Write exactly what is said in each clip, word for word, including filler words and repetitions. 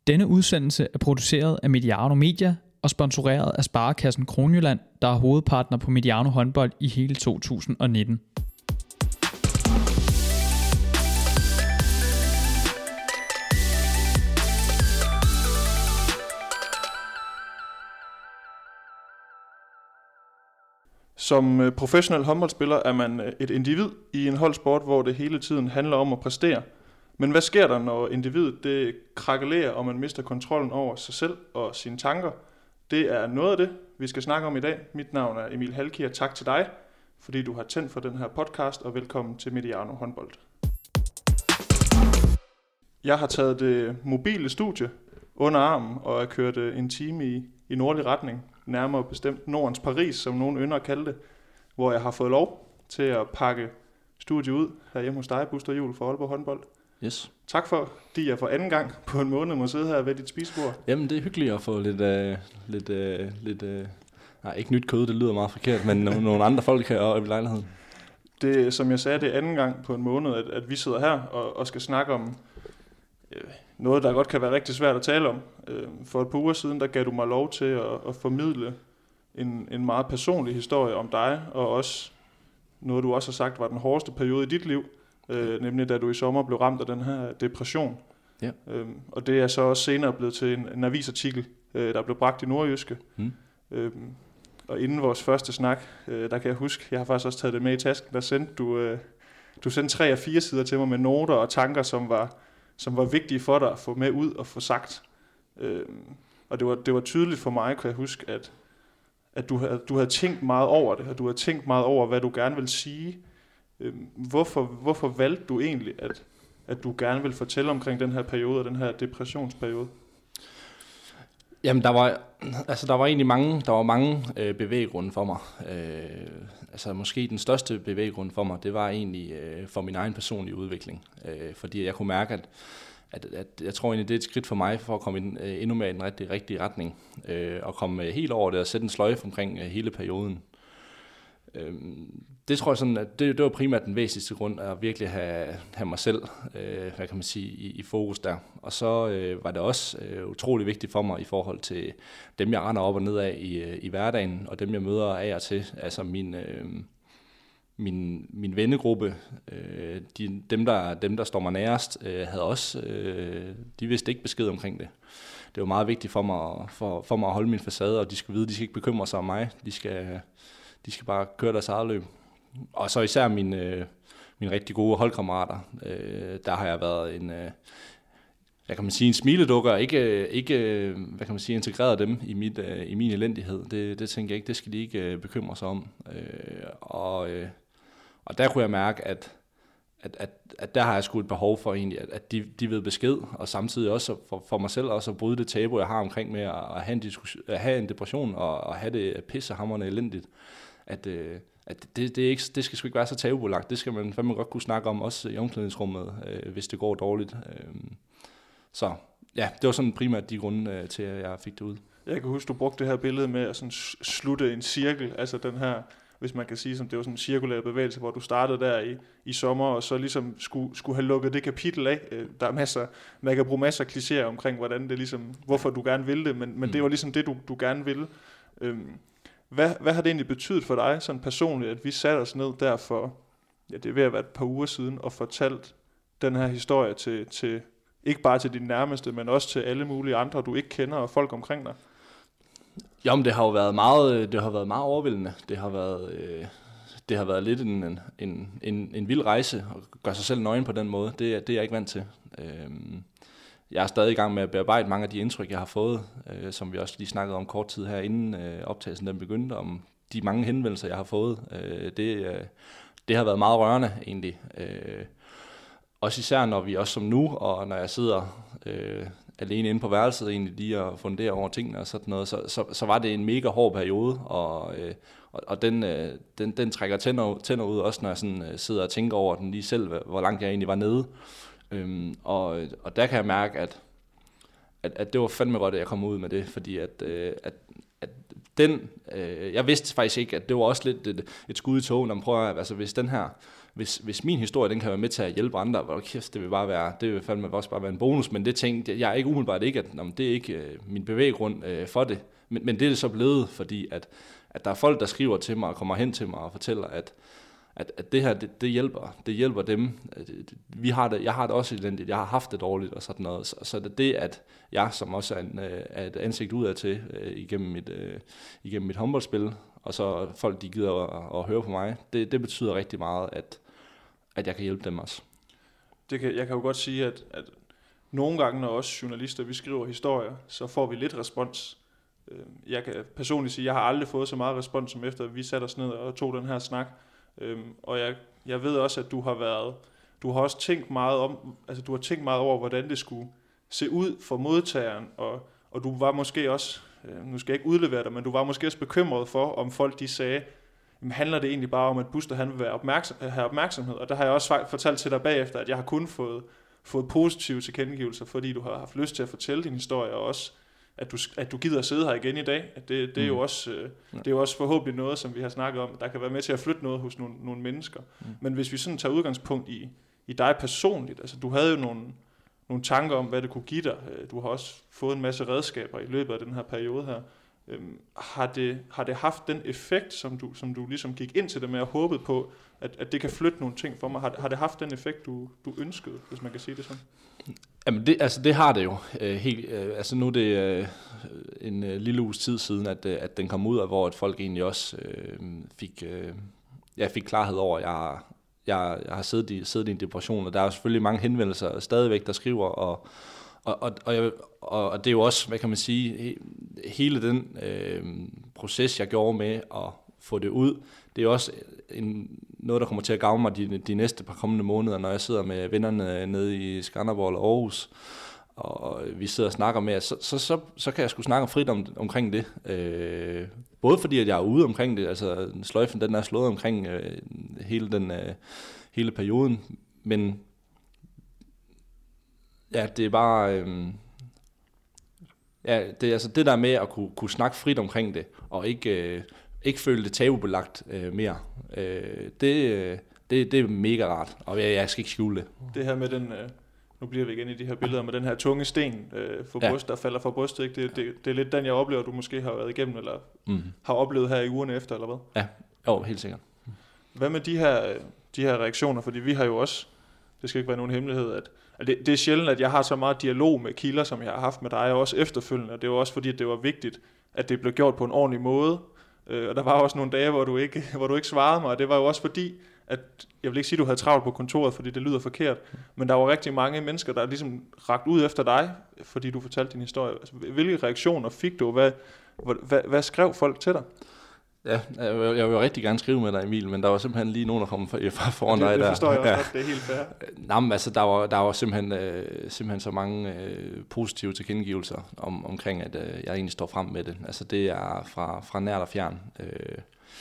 Denne udsendelse er produceret af Mediano Media og sponsoreret af Sparekassen Kronjylland, der er hovedpartner på Mediano håndbold i hele to tusind nitten. Som professionel håndboldspiller er man et individ i en holdsport, hvor det hele tiden handler om at præstere. Men hvad sker der, når individet det krakelerer, og man mister kontrollen over sig selv og sine tanker? Det er noget af det, vi skal snakke om i dag. Mit navn er Emil Halkier. Tak til dig, fordi du har tændt for den her podcast, og velkommen til Mediano håndbold. Jeg har taget det mobile studie under armen og er kørt en time i, i nordlig retning, nærmere bestemt Nordens Paris, som nogen ynder at kalde det, hvor jeg har fået lov til at pakke studiet ud herhjemme hos dig, Buster Juhl fra Aalborg håndbold. Yes. Tak for, at jeg for anden gang på en måned må sidde her ved dit spisebord. Jamen, det er hyggeligt at få lidt, øh, lidt, øh, lidt øh, nej, ikke nyt kød, det lyder meget forkert, men nogle, nogle andre folk her oppe i lejligheden. Det, som jeg sagde, det er anden gang på en måned, at, at vi sidder her og, og skal snakke om øh, noget, der godt kan være rigtig svært at tale om. Øh, for et par uger siden, der gav du mig lov til at, at formidle en, en meget personlig historie om dig, og også noget, du også har sagt, var den hårdeste periode i dit liv. Øh, nemlig da du i sommer blev ramt af den her depression. Ja. Øhm, og det er så også senere blevet til en, en avisartikel, øh, der blev bragt i Nordjyske. Mm. Øhm, og inden vores første snak, øh, der kan jeg huske, jeg har faktisk også taget det med i tasken, der sendte du, øh, du sendte tre og fire sider til mig med noter og tanker, som var, som var vigtige for dig at få med ud og få sagt. Øhm, og det var, det var tydeligt for mig, kan jeg huske, at, at du, havde, du havde tænkt meget over det, og du havde tænkt meget over, hvad du gerne vil sige. Hvorfor, hvorfor valgte du egentlig, at, at du gerne vil fortælle omkring den her periode, den her depressionsperiode? Jamen, der var, altså, der var egentlig mange, der var mange øh, bevæggrunde for mig. Øh, altså, måske den største bevæggrund for mig, det var egentlig øh, for min egen personlige udvikling. Øh, fordi jeg kunne mærke, at, at, at jeg tror egentlig, det er et skridt for mig for at komme ind, øh, endnu mere i den rigtige, rigtige retning. Øh, og komme øh, helt over det og sætte en sløjfe omkring øh, hele perioden. Det tror jeg sådan, at det, det var primært den væsentligste grund, at virkelig have, have mig selv, øh, hvad kan man sige, i, i fokus der. Og så øh, var det også øh, utrolig vigtigt for mig i forhold til dem, jeg render op og ned af i, i hverdagen, og dem, jeg møder af og til. Altså min, øh, min, min vennegruppe, øh, de, dem, der, dem, der står mig nærest, øh, havde også, øh, de vidste ikke besked omkring det. Det var meget vigtigt for mig, for, for mig at holde min facade, og de skal vide, de skal ikke bekymre sig om mig. De skal... De skal bare køre deres eget løb. Og så især mine, øh, mine rigtig gode holdkammerater. Øh, der har jeg været en, øh, hvad kan man sige, en smiledukker. Ikke, ikke hvad kan man sige, integreret dem i, mit, øh, i min elendighed. Det, det tænker jeg ikke, det skal de ikke øh, bekymre sig om. Øh, og, øh, og der kunne jeg mærke, at, at, at, at der har jeg sgu et behov for egentlig, at, at de, de ved besked. Og samtidig også for, for mig selv også at bryde det tabu, jeg har omkring med at, at, have, en at have en depression og at have det pissehamrende elendigt. At, øh, at det, det, er ikke, det skal sgu ikke være så tabubelagt. Det skal man fandme godt kunne snakke om, også i omklædningsrummet, øh, hvis det går dårligt. Øh, så ja, det var sådan primært de grunde øh, til, at jeg fik det ud. Jeg kan huske, du brugte det her billede med at sådan slutte en cirkel, altså den her, hvis man kan sige, som det var sådan en cirkulær bevægelse, hvor du startede der i, i sommer, og så ligesom skulle, skulle have lukket det kapitel af. Der er masser, man kan bruge masser af klichéer omkring, hvordan det ligesom, hvorfor du gerne ville det, men, men mm. det var ligesom det, du, du gerne ville. Øh, Hvad, hvad har det egentlig betydet for dig sådan personligt, at vi satte os ned der for, ja, det er ved at være et par uger siden, og fortalt den her historie til, til ikke bare til dine nærmeste, men også til alle mulige andre, du ikke kender, og folk omkring dig? Jamen, det har jo været meget, det har været meget overvældende. Det har været, øh, det har været lidt en, en, en, en vild rejse, at gøre sig selv nøgen på den måde. Det, det er jeg ikke vant til. Øh, Jeg er stadig i gang med at bearbejde mange af de indtryk, jeg har fået, øh, som vi også lige snakkede om kort tid her, inden øh, optagelsen den begyndte, om de mange henvendelser, jeg har fået. Øh, det, øh, det har været meget rørende egentlig. Øh, også især når vi også som nu, og når jeg sidder øh, alene inde på værelset egentlig lige og funderer over tingene og sådan noget, så, så, så var det en mega hård periode, og, øh, og, og den, øh, den, den trækker tænder, tænder ud, også når jeg sådan, øh, sidder og tænker over den lige selv, hvor langt jeg egentlig var nede. Øhm, og, og der kan jeg mærke, at, at, at det var fandme godt, at jeg kom ud med det, fordi at, øh, at, at den, øh, jeg vidste faktisk ikke, at det var også lidt et, et skud i togen, når man prøver, altså hvis den her hvis, hvis min historie, den kan være med til at hjælpe andre, hvor kæft, det vil bare være, det vil fandme også bare være en bonus, men det tænkte jeg er ikke umiddelbart ikke, at jamen, det er ikke øh, min bevæggrund øh, for det, men, men det er det så blevet, fordi at, at der er folk, der skriver til mig og kommer hen til mig og fortæller, at At, at det her, det, det hjælper, det hjælper dem. Vi har det, jeg har det også elendigt, jeg har haft det dårligt og sådan noget. Så, så det, at jeg, som også er, en, er et ansigt udad til uh, igennem mit, uh, igennem mit håndboldspil, og så folk, de gider at, at høre på mig, det, det betyder rigtig meget, at, at jeg kan hjælpe dem også. Det kan, jeg kan jo godt sige, at, at nogle gange, når også journalister, vi skriver historier, så får vi lidt respons. Jeg kan personligt sige, at jeg har aldrig fået så meget respons, som efter vi satte os ned og tog den her snak. Øhm, og jeg, jeg ved også, at du har været, du har også tænkt meget om, altså du har tænkt meget over, hvordan det skulle se ud for modtageren, og, og du var måske også, øh, nu skal jeg ikke udlevere dig, men du var måske også bekymret for, om folk de sagde, jamen, handler det egentlig bare om, at Buster han vil være opmærksom, have opmærksomhed, og der har jeg også fortalt til dig bagefter, at jeg har kun fået, fået positive tilkendegivelser, fordi du har haft lyst til at fortælle din historie, og også at du, at du gider at sidde her igen i dag, at det, det, er jo også, øh, det er jo også forhåbentlig noget, som vi har snakket om, der kan være med til at flytte noget hos nogle, nogle mennesker. Mm. Men hvis vi sådan tager udgangspunkt i, i dig personligt, altså du havde jo nogle, nogle tanker om, hvad det kunne give dig. Du har også fået en masse redskaber i løbet af den her periode her. Øhm, har, det, har det haft den effekt, som du, som du ligesom gik ind til det med og håbede på, at, at det kan flytte nogle ting for mig? Har, har det haft den effekt, du, du ønskede, hvis man kan sige det sådan? Jamen det, altså det har det jo. Øh, helt, øh, altså nu er det øh, en øh, lille uges tid siden, at, øh, at den kom ud, og hvor at folk egentlig også øh, fik, øh, jeg fik klarhed over, at jeg, jeg, jeg har siddet i, siddet i en depression, og der er jo selvfølgelig mange henvendelser stadigvæk, der skriver, og, og, og, og, jeg, og, og det er jo også, hvad kan man sige, hele den øh, proces, jeg gjorde med at få det ud, det er også en, noget, der kommer til at gavne mig de, de næste par kommende måneder, når jeg sidder med vennerne nede i Skanderborg og Aarhus, og vi sidder og snakker med, så, så, så, så kan jeg sgu snakke frit om, omkring det. Øh, både fordi, at jeg er ude omkring det, altså sløjfen, den er slået omkring øh, hele, den, øh, hele perioden, men ja, det er bare... Øh, ja, det er altså det der med at kunne, kunne snakke frit omkring det, og ikke... Øh, ikke føle det tabubelagt øh, mere. Øh, det, det, det er mega rart, og jeg, jeg skal ikke skjule det. Det her med den, øh, nu bliver vi igen i de her billeder, med den her tunge sten øh, for ja. bryst, der falder fra brystet, ikke? Det, det, det er lidt den, jeg oplever, du måske har været igennem, eller mm. har oplevet her i ugerne efter, eller hvad? Ja, jo, helt sikkert. Hvad med de her, de her reaktioner? Fordi vi har jo også, det skal ikke være nogen hemmelighed, at, at det, det er sjældent, at jeg har så meget dialog med kilder, som jeg har haft med dig, og også efterfølgende, og det var også fordi, at det var vigtigt, at det blev gjort på en ordentlig måde. Øh, og der var også nogle dage, hvor du ikke, hvor du ikke svarede mig, og det var jo også fordi, at jeg vil ikke sige, at du havde travlt på kontoret, fordi det lyder forkert, men der var rigtig mange mennesker, der ligesom rakt ud efter dig, fordi du fortalte din historie. Altså, hvilke reaktioner fik du? Hvad, hvad, hvad skrev folk til dig? Ja, jeg vil, jeg vil rigtig gerne skrive med dig, Emil, men der var simpelthen lige nogen, der kom fra foran ja, det, dig der. Det forstår jeg også, ja. Det er helt fair. Nå, men altså, der var, der var simpelthen, øh, simpelthen så mange øh, positive tilkendegivelser om, omkring, at øh, jeg egentlig står frem med det. Altså, det er fra, fra nært og fjern. Øh,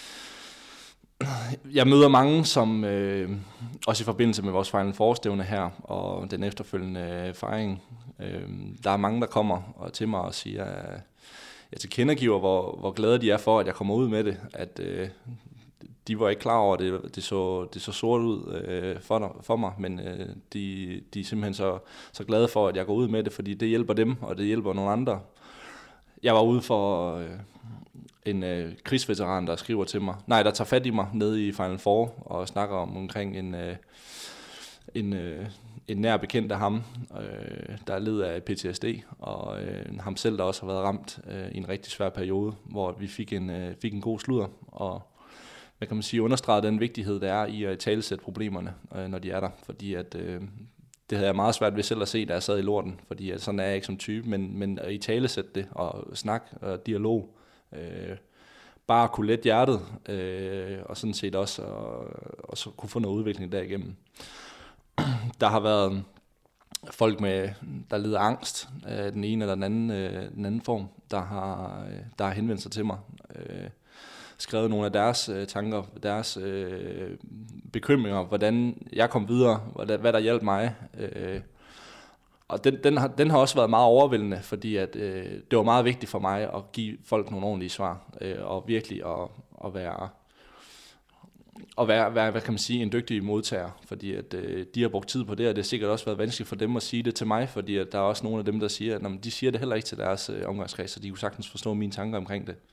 jeg møder mange, som øh, også i forbindelse med vores Final Four-stævne her, og den efterfølgende fejring, øh, der er mange, der kommer og til mig og siger, at jeg tilkendegiver, hvor, hvor glade de er for, at jeg kommer ud med det, at øh, de var ikke klar over, at det, det, så, det så sort ud øh, for, for mig, men øh, de, de er simpelthen så, så glade for, at jeg går ud med det, fordi det hjælper dem, og det hjælper nogle andre. Jeg var ude for øh, en øh, krigsveteran, der skriver til mig, nej, der tager fat i mig nede i Final Four, og snakker om omkring en... Øh, en øh, en nær bekendt af ham, øh, der led af P T S D, og øh, ham selv, der også har været ramt øh, i en rigtig svær periode, hvor vi fik en, øh, fik en god sludder, og hvad kan man sige, understreget den vigtighed, der er i at italesætte problemerne, øh, når de er der, fordi at, øh, det havde jeg meget svært ved selv at se, da jeg sad i lorten, fordi at sådan er jeg ikke som type, men, men at italesætte det, og snak og dialog, øh, bare kunne lette hjertet, øh, og sådan set også, og, og så kunne få noget udvikling derigennem. Der har været folk, med, der lider angst af den ene eller den anden, øh, den anden form, der har, der har henvendt sig til mig. Øh, skrevet nogle af deres øh, tanker, deres øh, bekymringer, hvordan jeg kom videre, hvad, hvad der hjalp mig. Øh, og den, den, har, den har også været meget overvældende, fordi at, øh, det var meget vigtigt for mig at give folk nogle ordentlige svar, øh, og virkelig at, at være... og være, være, hvad kan man sige, en dygtig modtager, fordi at, øh, de har brugt tid på det, og det har sikkert også været vanskeligt for dem at sige det til mig, fordi at der er også nogle af dem, der siger, at når de siger det heller ikke til deres øh, omgangskreds, så de kunne sagtens forstå mine tanker omkring det.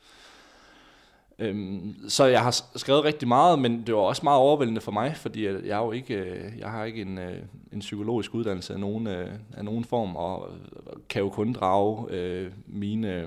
Øhm, så jeg har skrevet rigtig meget, men det var også meget overvældende for mig, fordi jeg, er jo ikke, øh, jeg har ikke en, øh, en psykologisk uddannelse af nogen, øh, af nogen form, og kan jo kun drage øh, mine,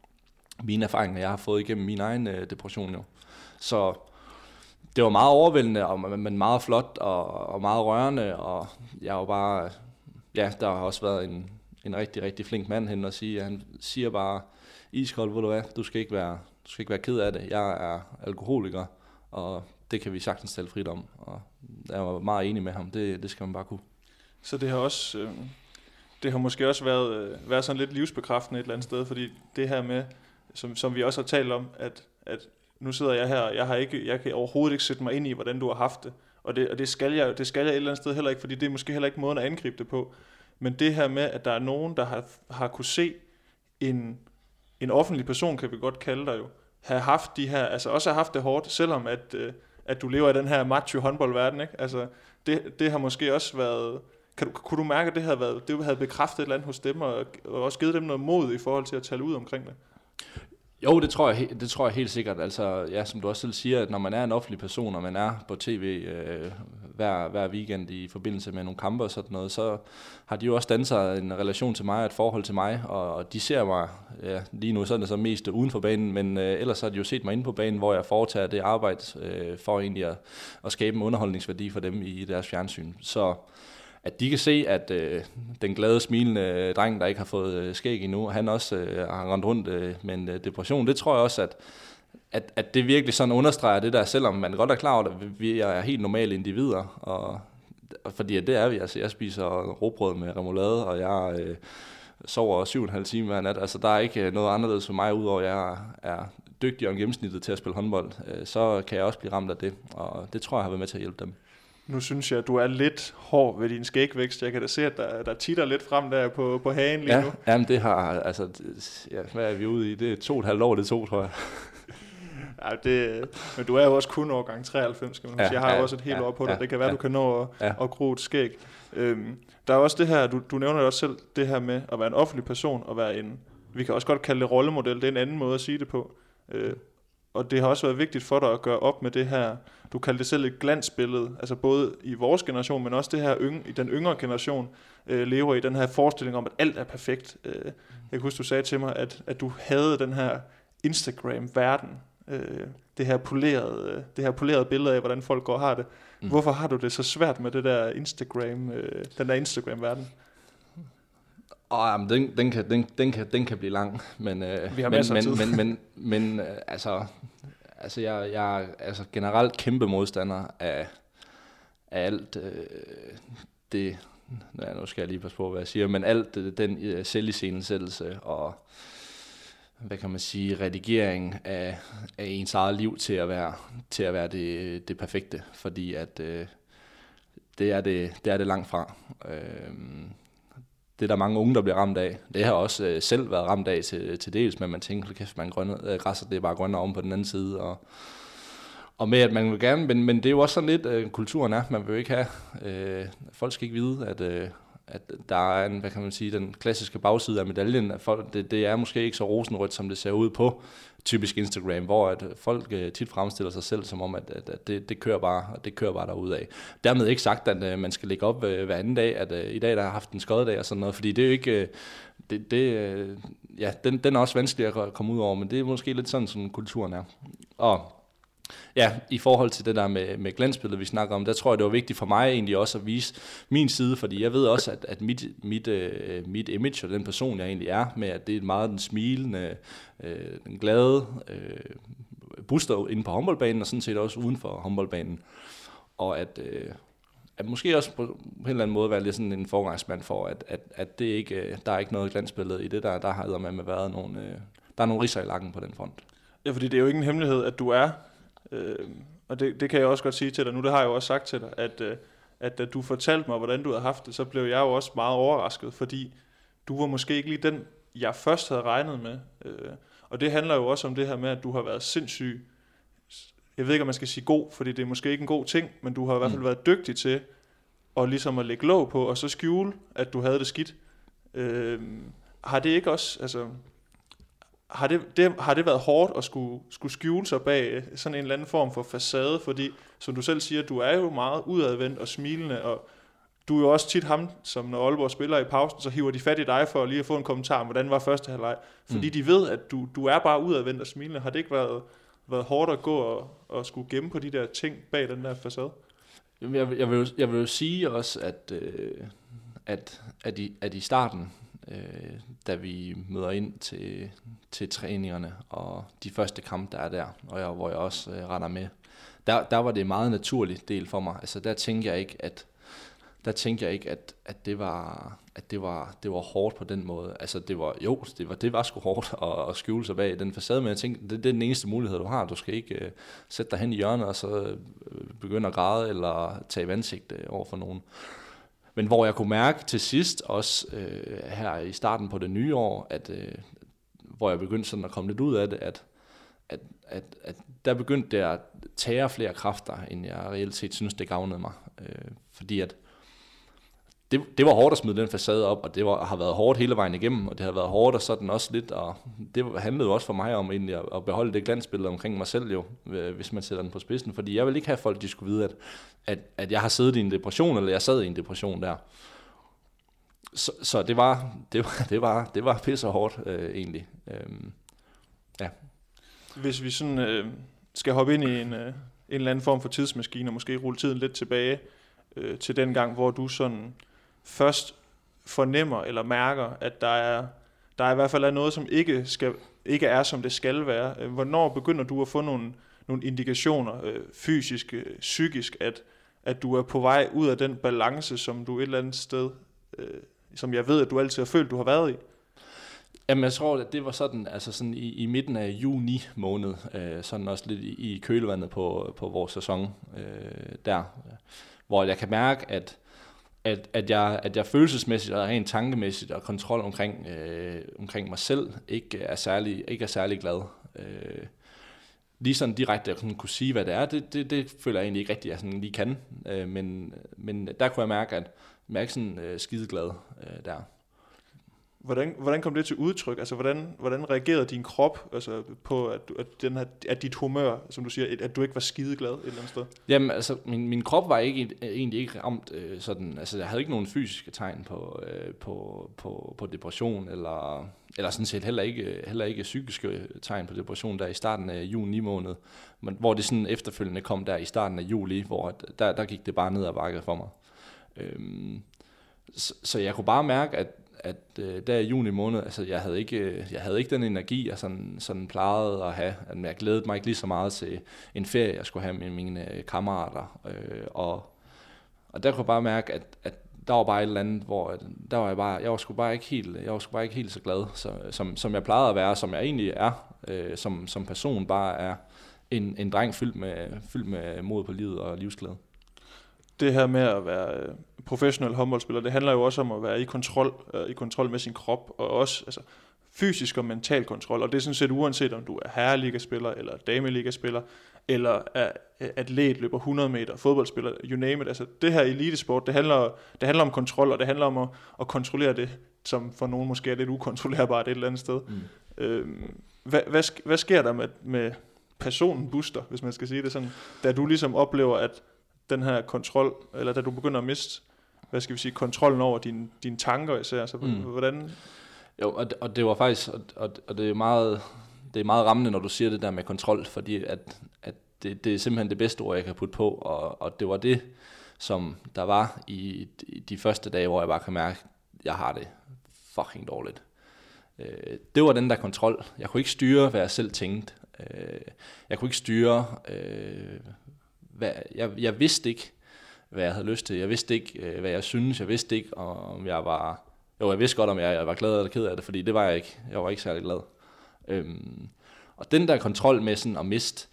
mine erfaringer, jeg har fået igennem min egen øh, depression jo. Så det var meget overvældende, og, men meget flot og, og meget rørende, og jeg var bare, ja, der har også været en, en rigtig, rigtig flink mand hen og sige, han siger bare, iskold, ved du hvad, du skal ikke være, du skal ikke være ked af det, jeg er alkoholiker, og det kan vi sagtens tale frit om, og jeg var meget enig med ham, det, det skal man bare kunne. Så det har også, øh, det har måske også været, øh, været sådan lidt livsbekræftende et eller andet sted, fordi det her med, som, som vi også har talt om, at, at nu sidder jeg her, og jeg, har ikke, jeg kan overhovedet ikke sætte mig ind i, hvordan du har haft det. Og det, og det, skal jeg, det skal jeg et eller andet sted heller ikke, fordi det er måske heller ikke måden at angribe det på. Men det her med, at der er nogen, der har, har kunne se en, en offentlig person, kan vi godt kalde dig jo, have haft de her, altså også har haft det hårdt, selvom at, at du lever i den her macho håndboldverden, ikke? Altså, det, det har måske også været, kan du, kunne du mærke, at det havde, været, det havde bekræftet et eller andet hos dem, og, og også givet dem noget mod i forhold til at tale ud omkring det? Jo, det tror jeg, det tror jeg helt sikkert. Altså, ja, som du også selv siger, at når man er en offentlig person, og man er på tv øh, hver, hver weekend i forbindelse med nogle kampe og sådan noget, så har de jo også danset en relation til mig, et forhold til mig, og de ser mig, ja, lige nu så er det så mest uden for banen, men øh, ellers har de jo set mig inde på banen, hvor jeg foretager det arbejde øh, for egentlig at, at skabe en underholdningsværdi for dem i deres fjernsyn. Så at de kan se, at øh, den glade, smilende øh, dreng, der ikke har fået øh, skæg endnu, han også øh, har rendt rundt øh, med en øh, depression. Det tror jeg også, at, at, at det virkelig sådan understreger det der, selvom man godt er klar over, at vi er helt normale individer. Og, og fordi det er vi. Altså, jeg spiser råbrød med remoulade, og jeg øh, sover syv og en halv time hver nat. Altså, der er ikke noget anderledes for mig, udover at jeg er dygtigere end gennemsnittet til at spille håndbold. Øh, så kan jeg også blive ramt af det, og det tror jeg har været med til at hjælpe dem. Nu synes jeg, at du er lidt hård ved din skægvækst. Jeg kan da se, at der, der titter lidt frem der på, på hagen lige ja, nu. Jamen det har, altså, ja, hvad er vi ude i? Det er to og et halvt år, det to, tror jeg. Ja, det, men du er jo også kun årgang treoghalvfems, skal man ja, sige. Jeg har ja, også et helt ja, år på dig. Ja, det kan være, ja, du kan nå at, ja. at gro et skæg. Øhm, der er også det her, du, du nævner det også selv, det her med at være en offentlig person, og være en, vi kan også godt kalde det rollemodel, det er en anden måde at sige det på. Øh, og det har også været vigtigt for dig at gøre op med det her, du kalder det selv et glansbillede, altså både i vores generation, men også det her yng, i den yngre generation, øh, lever i den her forestilling om, at alt er perfekt. Øh, jeg kan huske, du sagde til mig, at, at du havde den her Instagram-verden, øh, det her polerede, det her polerede billede af, hvordan folk går og har det. Mm. Hvorfor har du det så svært med det der Instagram, øh, den der Instagram-verden? Åh, jamen, den, den, kan, den, den, kan, den kan blive lang, men, øh, Vi har men, men, men, men, men, men øh, altså, altså, jeg, jeg er altså generelt kæmpe modstander af, af alt øh, det, ja, nu skal jeg lige passe på, hvad jeg siger, men alt det, den øh, selviscenesættelse og, hvad kan man sige, redigering af, af ens eget liv til at være, til at være det, det perfekte, fordi at øh, det, er det, det er det langt fra. Øh, Det er der mange unge, der bliver ramt af. Det har også øh, selv været ramt af til, til dels, men man tænker, at man grønne, øh, græsser, det er bare grønnere om på den anden side. Og, og med, at man vil gerne, men, men det er jo også sådan lidt, øh, kulturen er, man vil jo ikke have, øh, folk skal ikke vide, at, øh, at der er en, hvad kan man sige, den klassiske bagside af medaljen, at folk, det, det er måske ikke så rosenrødt, som det ser ud på typisk Instagram, hvor at folk øh, tit fremstiller sig selv som om, at, at, at det, det kører bare, og det kører bare derudad. Dermed ikke sagt, at øh, man skal lægge op øh, hver anden dag, at øh, i dag der har haft en skodedag og sådan noget, fordi det er jo ikke, øh, det, det, øh, ja, den, den er også vanskelig at komme ud over, men det er måske lidt sådan, som kulturen er. Og ja, i forhold til det der med, med glansbilledet, vi snakker om, der tror jeg, det var vigtigt for mig egentlig også at vise min side, fordi jeg ved også, at, at mit, mit, øh, mit image og den person, jeg egentlig er, med at det er meget den smilende, øh, den glade øh, booster inde på håndboldbanen, og sådan set også uden for håndboldbanen. Og at, øh, at måske også på en eller anden måde være lidt sådan en forgangsmand for, at, at, at det ikke, der er ikke noget glansbillede i det, der, der har med været nogle, øh, der er nogle ridser i lakken på den front. Ja, fordi det er jo ikke en hemmelighed, at du er, øh, og det, det kan jeg også godt sige til dig nu, det har jeg jo også sagt til dig, at, øh, at da du fortalte mig, hvordan du havde haft det, så blev jeg jo også meget overrasket, fordi du var måske ikke lige den, jeg først havde regnet med. Øh, og det handler jo også om det her med, at du har været sindssygt jeg ved ikke, om man skal sige god, fordi det er måske ikke en god ting, men du har i hvert fald mm. været dygtig til at ligesom at lægge låg på, og så skjule, at du havde det skidt. Øh, har det ikke også, altså, har det, det, har det været hårdt at skulle, skulle skjule sig bag sådan en eller anden form for facade, fordi, som du selv siger, du er jo meget udadvendt og smilende, og du er jo også tit ham, som når Aalborg spiller i pausen, så hiver de fat i dig for lige at få en kommentar om, hvordan var første halvleg. Fordi mm. de ved, at du, du er bare udadvendt og smilende. Har det ikke været, været hårdt at gå og, og skulle gemme på de der ting bag den der facade? Jeg, jeg, vil, jo, jeg vil jo sige også, at, øh, at, at, i, at i starten, øh, da vi møder ind til, til træningerne og de første kampe, der er der, og jeg, hvor jeg også øh, render med, der, der var det en meget naturlig del for mig. Altså der tænkte jeg ikke, at der tænkte jeg ikke, at, at, det, var, at det, var, det var hårdt på den måde. Altså det var, jo, det var, det var sgu hårdt at, at skjule sig bag den facade, men jeg tænkte, det, det er den eneste mulighed, du har. Du skal ikke uh, sætte dig hen i hjørnet, og så uh, begynde at græde, eller tage vansigt uh, over for nogen. Men hvor jeg kunne mærke til sidst, også uh, her i starten på det nye år, at, uh, hvor jeg begyndte sådan at komme lidt ud af det, at, at, at, at der begyndte det at tære flere kræfter, end jeg reelt set synes, det gavnede mig. Uh, fordi at Det, det var hårdt at smide den facade op, og det var, har været hårdt hele vejen igennem, og det har været hårdt og sådan også lidt, og det handlede jo også for mig om egentlig at beholde det glansbillede omkring mig selv jo, hvis man sætter den på spidsen, fordi jeg vil ikke have folk, de skulle vide, at, at, at jeg har siddet i en depression, eller jeg sad i en depression der. Så, så det var, det var, det var, det var pisse hårdt øh, egentlig. Øhm, ja. Hvis vi sådan øh, skal hoppe ind i en, øh, en eller anden form for tidsmaskine, og måske rulle tiden lidt tilbage øh, til den gang, hvor du sådan først fornemmer eller mærker, at der er, der er i hvert fald er noget, som ikke, skal, ikke er, som det skal være. Hvornår begynder du at få nogle, nogle indikationer, øh, fysisk, øh, psykisk, at, at du er på vej ud af den balance, som du et eller andet sted, øh, som jeg ved, at du altid har følt, du har været i? Jamen jeg tror, at det var sådan, altså sådan i, i midten af juni måned, øh, sådan også lidt i, i kølvandet på, på vores sæson øh, der, hvor jeg kan mærke, at At, at, jeg, at jeg følelsesmæssigt og rent tankemæssigt og kontrol omkring, øh, omkring mig selv ikke er særlig, ikke er særlig glad. Øh, lige sådan direkte at kunne sige, hvad det er, det, det, det føler jeg egentlig ikke rigtigt, at jeg sådan lige kan. Øh, men, men der kunne jeg mærke, at jeg er ikke sådan øh, skide glad øh, der. Hvordan, hvordan kom det til udtryk? Altså, hvordan, hvordan reagerede din krop altså, på, at, at, den her, at dit humør, som du siger, at du ikke var skideglad et eller andet sted? Jamen, altså, min, min krop var ikke, egentlig ikke ramt øh, sådan, altså, jeg havde ikke nogen fysiske tegn på, øh, på, på, på depression, eller, eller sådan set heller ikke, heller ikke psykiske tegn på depression der i starten af juni måned, men hvor det sådan efterfølgende kom der i starten af juli, hvor der, der gik det bare ned ad bakke for mig. Øhm, så, så jeg kunne bare mærke, at at øh, der i juni måned, altså jeg havde ikke, jeg havde ikke den energi, jeg sådan, sådan plejede at have. At jeg glædede mig ikke lige så meget til en ferie, jeg skulle have med mine øh, kammerater. Øh, og, og der kunne jeg bare mærke, at, at der var bare et eller andet, hvor at, der var jeg bare, jeg var sgu bare ikke helt, jeg var sgu bare ikke helt så glad, så, som, som jeg plejede at være, som jeg egentlig er, øh, som, som person bare er en, en dreng fyldt med, fyldt med mod på livet og livsglæde. Det her med at være professionel håndboldspiller, det handler jo også om at være i kontrol, øh, i kontrol med sin krop, og også altså, fysisk og mental kontrol, og det er sådan set uanset om du er herreligaspiller, eller dameligaspiller, eller er atlet, løber hundrede meter, fodboldspiller, you name it. Altså det her elitesport, det handler, det handler om kontrol, og det handler om at, at kontrollere det, som for nogen måske er lidt ukontrollerbart et eller andet sted. Mm. Øhm, hvad, hvad, hvad sker der med, med personen Buster, hvis man skal sige det sådan, da du ligesom oplever, at den her kontrol, eller da du begynder at miste, hvad skal vi sige, kontrollen over dine, dine tanker især, så mm. hvordan? Jo, og det, og det var faktisk, og, og det er meget, det er meget rammende, når du siger det der med kontrol, fordi at, at det, det er simpelthen det bedste ord, jeg kan putte på, og, og det var det, som der var i, i de første dage, hvor jeg bare kan mærke, at jeg har det fucking dårligt. Øh, det var den der kontrol. Jeg kunne ikke styre, hvad jeg selv tænkte. Øh, jeg kunne ikke styre, øh, hvad, jeg, jeg vidste ikke, hvad jeg havde lyst til. Jeg vidste ikke, øh, hvad jeg synes. Jeg vidste ikke, om jeg var... Jo, jeg vidste godt, om jeg, jeg var glad eller ked af det, fordi det var jeg ikke. Jeg var ikke særlig glad. Øhm, og den der kontrol med sådan at miste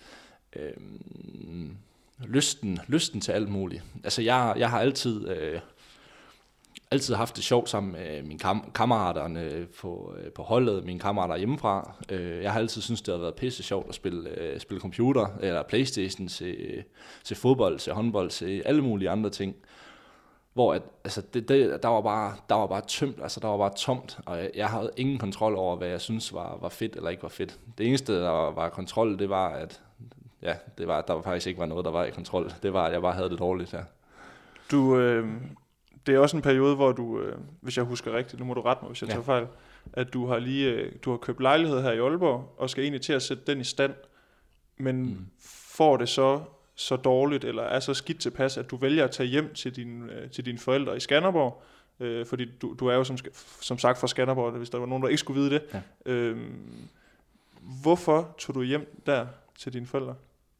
øhm, lysten, lysten til alt muligt. Altså, jeg, jeg har altid... Øh, altid haft det sjovt sammen med mine kam- kammeraterne på, på holdet, mine kammerater hjemmefra. Jeg har altid syntes, det har været pisse sjovt at spille, spille computer, eller Playstation, til, til fodbold, til håndbold, til alle mulige andre ting. Hvor at, altså det, det, der, var bare, der var bare tømt, altså der var bare tomt, og jeg, jeg havde ingen kontrol over, hvad jeg synes var, var fedt eller ikke var fedt. Det eneste, der var, var kontrol, det var, at ja, det var, der var faktisk ikke var noget, der var i kontrol. Det var, at jeg bare havde det dårligt, ja. Du... Øh Det er også en periode, hvor du, øh, hvis jeg husker rigtigt, nu må du rette mig, hvis jeg tager ja. fejl, at du har lige øh, du har købt lejlighed her i Aalborg, og skal egentlig til at sætte den i stand, men mm. får det så så dårligt, eller er så skidt tilpas, at du vælger at tage hjem til, din, øh, til dine forældre i Skanderborg, øh, fordi du, du er jo som, som sagt fra Skanderborg, hvis der var nogen, der ikke skulle vide det. Ja. Øh, hvorfor tog du hjem der til dine forældre?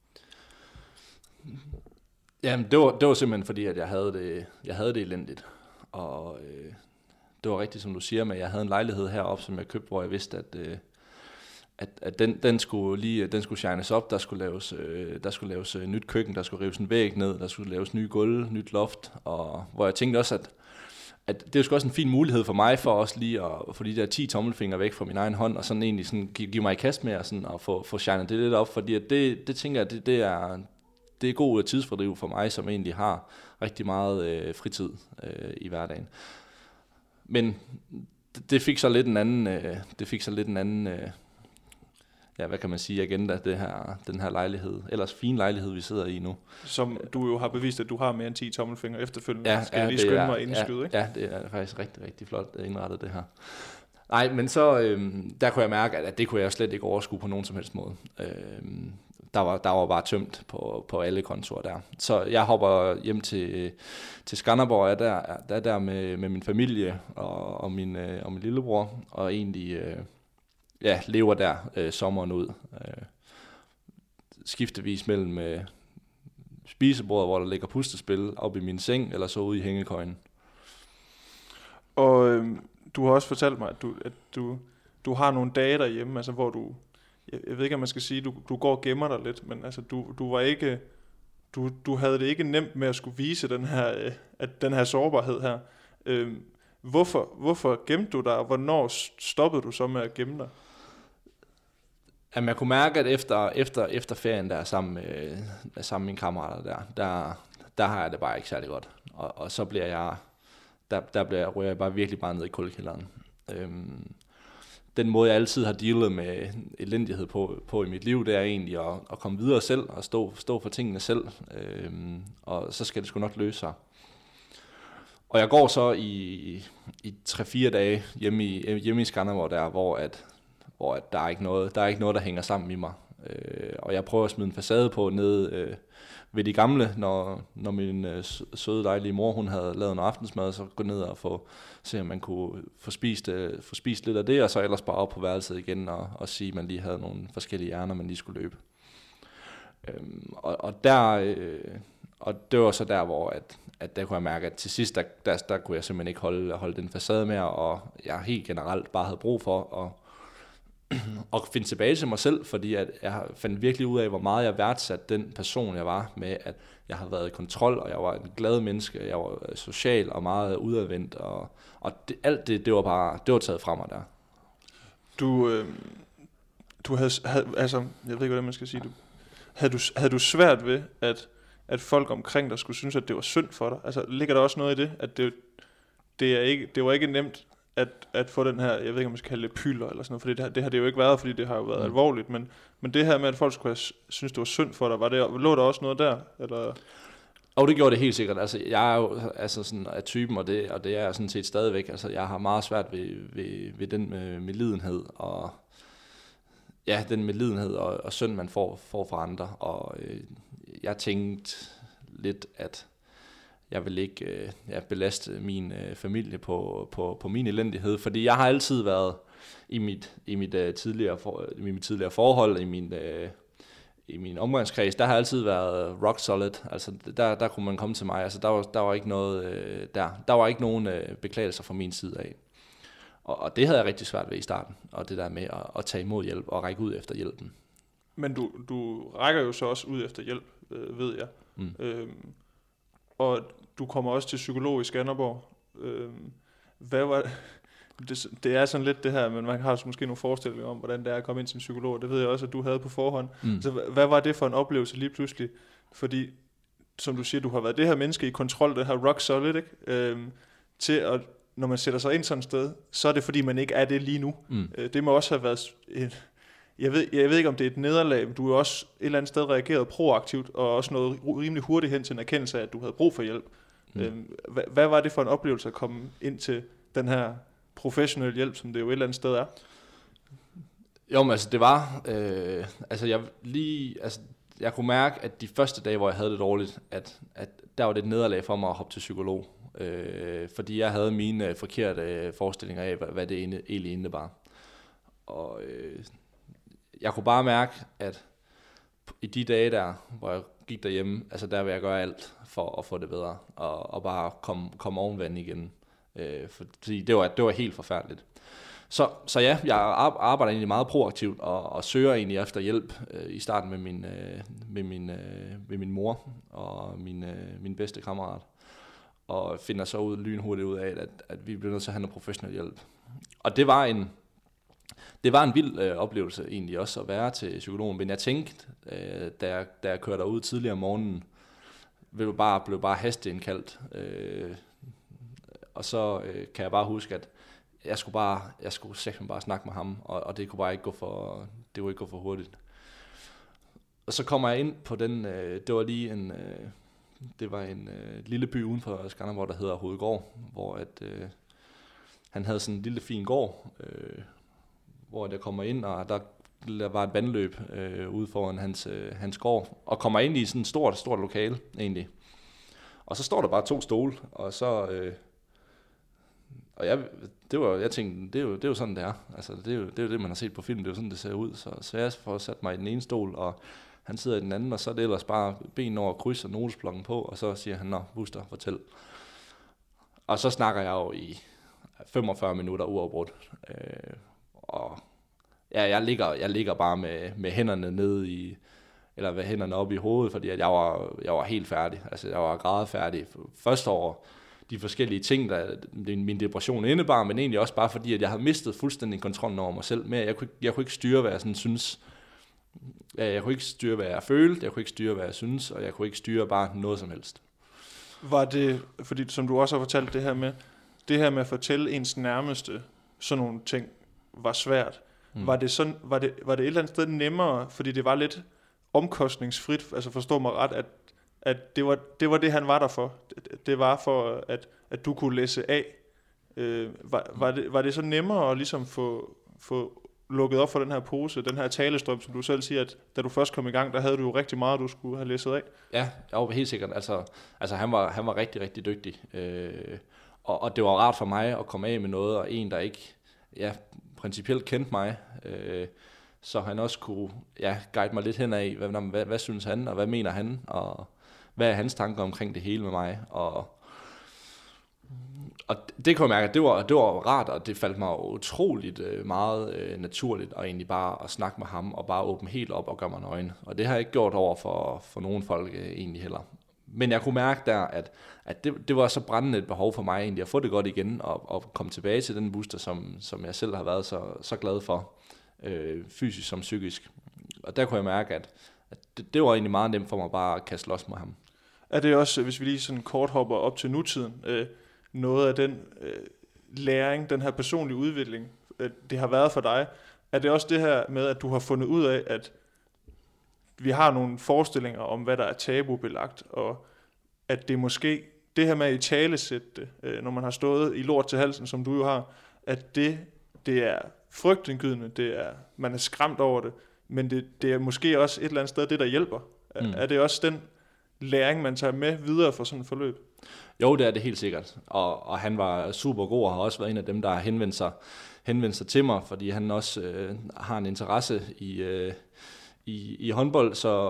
Jamen, det var, det var simpelthen fordi, at jeg havde det, jeg havde det elendigt. Og øh, det var rigtigt, som du siger, med at jeg havde en lejlighed heroppe, som jeg købte, hvor jeg vidste, at, øh, at, at den, den skulle lige, den skulle shines op. Der skulle laves, øh, der skulle laves øh, nyt køkken, der skulle rives en væg ned, der skulle laves nye gulv, nyt loft. Og hvor jeg tænkte også, at, at det er jo også en fin mulighed for mig, for også lige at få de der ti tommelfingre væk fra min egen hånd, og sådan egentlig sådan give, give mig i kast med, og, sådan, og få, få shinet det lidt op. Fordi at det, det tænker jeg, det, det er... Det er god tidsfordriv for mig, som egentlig har rigtig meget øh, fritid øh, i hverdagen. Men det, det fik så lidt en anden, øh, det fik så lidt en anden, øh, ja, hvad kan man sige, agenda, det her, den her lejlighed, ellers fin lejlighed, vi sidder i nu. Som du jo har bevist, at du har mere end ti tommelfingre efterfølgende. Ja, skal ja, jeg lige skynde er, mig indskyde, ja, ikke? Ja, det er faktisk rigtig, rigtig flot indrettet, det her. Nej, men så, øh, der kunne jeg mærke, at det kunne jeg slet ikke overskue på nogen som helst måde. Øh, Der var, der var bare tømt på, på alle kontorer der. Så jeg hopper hjem til, til Skanderborg, og er der, er der med, med min familie og, og, min, og min lillebror, og egentlig øh, ja, lever der øh, sommeren ud. Øh, skiftevis mellem øh, spisebordet, hvor der ligger puslespil, op i min seng, eller så ude i hængekøjen. Og øh, du har også fortalt mig, at du, at du, du har nogle dage derhjemme, altså hvor du... Jeg ved ikke, om man skal sige, du du går og gemmer dig lidt, men altså du du var ikke du du havde det ikke nemt med at skulle vise den her at den her sårbarhed her. Øh, hvorfor hvorfor gemte du dig, og hvornår stoppede du så med at gemme dig? Jamen, jeg kunne mærke, at efter efter efter ferien der sammen med sammen med mine kammerater der, der der har jeg det bare ikke særlig godt. Og og så bliver jeg der der bliver jeg ryger jeg bare virkelig bare ned i kuldekælderen. Øhm, Den måde, jeg altid har dealet med elendighed på, på i mit liv, det er egentlig at, at komme videre selv og stå, stå for tingene selv. Øhm, og så skal det sgu nok løse sig. Og jeg går så i, i tre fire dage hjemme i, hjemme i Skanderborg der, hvor, at, hvor at der, er ikke noget, der er ikke noget, der hænger sammen i mig. Øh, og jeg prøver at smide en facade på nede øh, ved de gamle, når, når min øh, søde dejlige mor, hun havde lavet noget aftensmad, så gå ned og få, se om man kunne få spist, øh, få spist lidt af det, og så ellers bare op på værelset igen og, og sige, at man lige havde nogle forskellige hjerner, man lige skulle løbe. Øhm, og, og, der, øh, og det var så der, hvor at, at der kunne jeg mærke, at til sidst, der, der, der kunne jeg simpelthen ikke holde, holde den facade mere, og jeg helt generelt bare havde brug for at og finde tilbage til mig selv, fordi at jeg fandt virkelig ud af, hvor meget jeg værdsatte den person, jeg var, med at jeg havde været i kontrol, og jeg var en glad menneske, jeg var social og meget udadvendt, og, og det, alt det, det var bare, det var taget fra mig der. Du, øh, du havde, havde, altså, jeg ved ikke, hvordan man skal sige, du, havde, du, havde du svært ved, at, at folk omkring dig skulle synes, at det var synd for dig? Altså, ligger der også noget i det, at det, det, er ikke, det var ikke nemt, At, at få den her, jeg ved ikke, om man skal kalde det pylder eller sådan noget, for det, det har det jo ikke været, fordi det har jo været mm. alvorligt, men, men det her med, at folk skulle have, synes, det var synd for dig, var det, lå der også noget der? Eller? Og det gjorde det helt sikkert. Altså, jeg er jo altså sådan af typen, og det, og det er jeg sådan set stadigvæk. Altså, jeg har meget svært ved, ved, ved den med medlidenhed, og ja, den medlidenhed og, og synd, man får, får fra andre. Og øh, jeg tænkte lidt, at jeg vil ikke øh, ja, belaste min øh, familie på, på, på min elendighed, fordi jeg har altid været i mit, i mit, øh, tidligere, for, i mit tidligere forhold, i min, øh, i min omgangskreds, der har altid været rock solid. Altså der, der kunne man komme til mig. Altså der var, der var ikke noget øh, der. Der var ikke nogen øh, beklagelser fra min side af. Og, og det havde jeg rigtig svært ved i starten. Og det der med at, at tage imod hjælp og række ud efter hjælpen. Men du, du rækker jo så også ud efter hjælp, øh, ved jeg. Mm. Øhm, og du kommer også til psykolog i Skanderborg, Øh, hvad var det, det er sådan lidt det her, men man har måske nogle forestillinger om, hvordan det er at komme ind til en psykolog. Det ved jeg også, at du havde på forhånd. Mm. Så hvad var det for en oplevelse lige pludselig? Fordi, som du siger, du har været det her menneske i kontrol, det her rock solid, ikke? Øhm, til at, når man sætter sig ind sådan et sted, så er det fordi, man ikke er det lige nu. Mm. Øh, det må også have været et, jeg ved, jeg ved ikke, om det er et nederlag, men du har også et eller andet sted reageret proaktivt, og også noget rimelig hurtigt hen til en erkendelse af, at du havde brug for hjælp. Mm. Øhm, hvad, hvad var det for en oplevelse at komme ind til den her professionelle hjælp, som det jo et eller andet sted er? Jo, men altså det var, øh, altså jeg lige, altså jeg kunne mærke, at de første dage, hvor jeg havde det dårligt, at, at der var det et nederlag for mig at hoppe til psykolog, øh, fordi jeg havde mine forkerte øh, forestillinger af, hvad, hvad det egentlig indebar. Og øh, jeg kunne bare mærke, at i de dage der, hvor jeg gik derhjemme, altså der vil jeg gøre alt for at få det bedre, og, og bare komme, komme ovenvand igen. Øh, fordi det var, det var helt forfærdeligt. Så, så ja, jeg arbejder egentlig meget proaktivt og, og søger egentlig efter hjælp øh, i starten med min, øh, med, min, øh, med min mor og min, øh, min bedste kammerat. Og finder så ud lynhurtigt ud af, at, at vi bliver nødt til at have noget professionel hjælp. Og det var en, det var en vild øh, oplevelse egentlig også at være til psykologen. Men jeg tænkte, øh, da, jeg, da jeg kørte derud tidligere om morgenen, blev bare, blev bare hasteindkaldt. Øh, og så øh, kan jeg bare huske, at jeg skulle bare, jeg skulle simpelthen bare snakke med ham, og, og det kunne bare ikke gå for, det kunne ikke gå for hurtigt. Og så kommer jeg ind på den, øh, det var lige en, øh, det var en øh, lille by uden for Skanderborg, der hedder Hovedgård, hvor at, øh, han havde sådan en lille fin gård, øh, hvor jeg kommer ind, og der, der var et vandløb øh, ude foran hans, øh, hans gård, og kommer ind i sådan et stort, stort lokale egentlig. Og så står der bare to stole, og så... Øh, Og jeg, det var, jeg tænkte, det er, jo, det er jo sådan, det er. Altså, det er jo det, er jo det man har set på film, det er jo sådan, det ser ud. Så, så jeg får sat mig i den ene stol, og han sidder i den anden, og så er det ellers bare ben over kryds og notesblokken på, og så siger han, nå, Buster, fortæl. Og så snakker jeg jo i femogfyrre minutter uafbrudt. Øh, og ja, jeg ligger, jeg ligger bare med, med hænderne nede i, eller med hænderne oppe i hovedet, fordi at jeg, var, jeg var helt færdig. Altså, jeg var grædefærdig. Første år, de forskellige ting, der min depression indebar, men egentlig også bare fordi, at jeg havde mistet fuldstændig kontrollen over mig selv. Men jeg kunne, jeg kunne ikke styre, hvad jeg sådan synes. Jeg kunne ikke styre, hvad jeg følte, jeg kunne ikke styre, hvad jeg synes, og jeg kunne ikke styre bare noget som helst. Var det, fordi som du også har fortalt det her med, det her med at fortælle ens nærmeste sådan nogle ting, var svært. Mm. Var det sådan, var det, var det et eller andet sted nemmere, fordi det var lidt omkostningsfrit, altså forstå mig ret, at at det var, det var det, han var der for. Det, det var for, at, at du kunne læse af. Øh, var, var, det, var det så nemmere at ligesom få, få lukket op for den her pose, den her talestrøm, som du selv siger, at da du først kom i gang, der havde du jo rigtig meget, du skulle have læsset af? Ja, jeg var helt sikkert. Altså, altså han, var, han var rigtig, rigtig dygtig. Øh, og, og det var rart for mig at komme af med noget, og en, der ikke ja, principielt kendte mig, øh, så han også kunne ja, guide mig lidt henad, hvad, hvad, hvad, hvad synes han, og hvad mener han, og hvad er hans tanker omkring det hele med mig, og, og det kunne jeg mærke, at det var, det var rart, og det faldt mig utroligt øh, meget øh, naturligt, og egentlig bare at snakke med ham, og bare åbne helt op og gøre mig nøgen, og det har jeg ikke gjort over for, for nogen folk øh, egentlig heller. Men jeg kunne mærke der, at, at det, det var så brændende et behov for mig egentlig, at få det godt igen, og, og komme tilbage til den Buster, som, som jeg selv har været så, så glad for, øh, fysisk som psykisk. Og der kunne jeg mærke, at, at det, det var egentlig meget nemt for mig bare at kaste los med ham. Er det også, hvis vi lige sådan kort hopper op til nutiden, øh, noget af den øh, læring, den her personlige udvikling, øh, det har været for dig, er det også det her med, at du har fundet ud af, at vi har nogle forestillinger om, hvad der er tabubelagt, og at det måske, det her med at italesætte det, øh, når man har stået i lort til halsen, som du jo har, at det, det er frygtindgydende, det er, man er skræmt over det, men det, det er måske også et eller andet sted det, der hjælper. Er, mm. er det også den læring, man tager med videre for sådan et forløb? Jo, det er det helt sikkert. Og, og han var super god og har også været en af dem, der har henvendt sig, henvendt sig til mig, fordi han også øh, har en interesse i, øh, i, i håndbold. Så,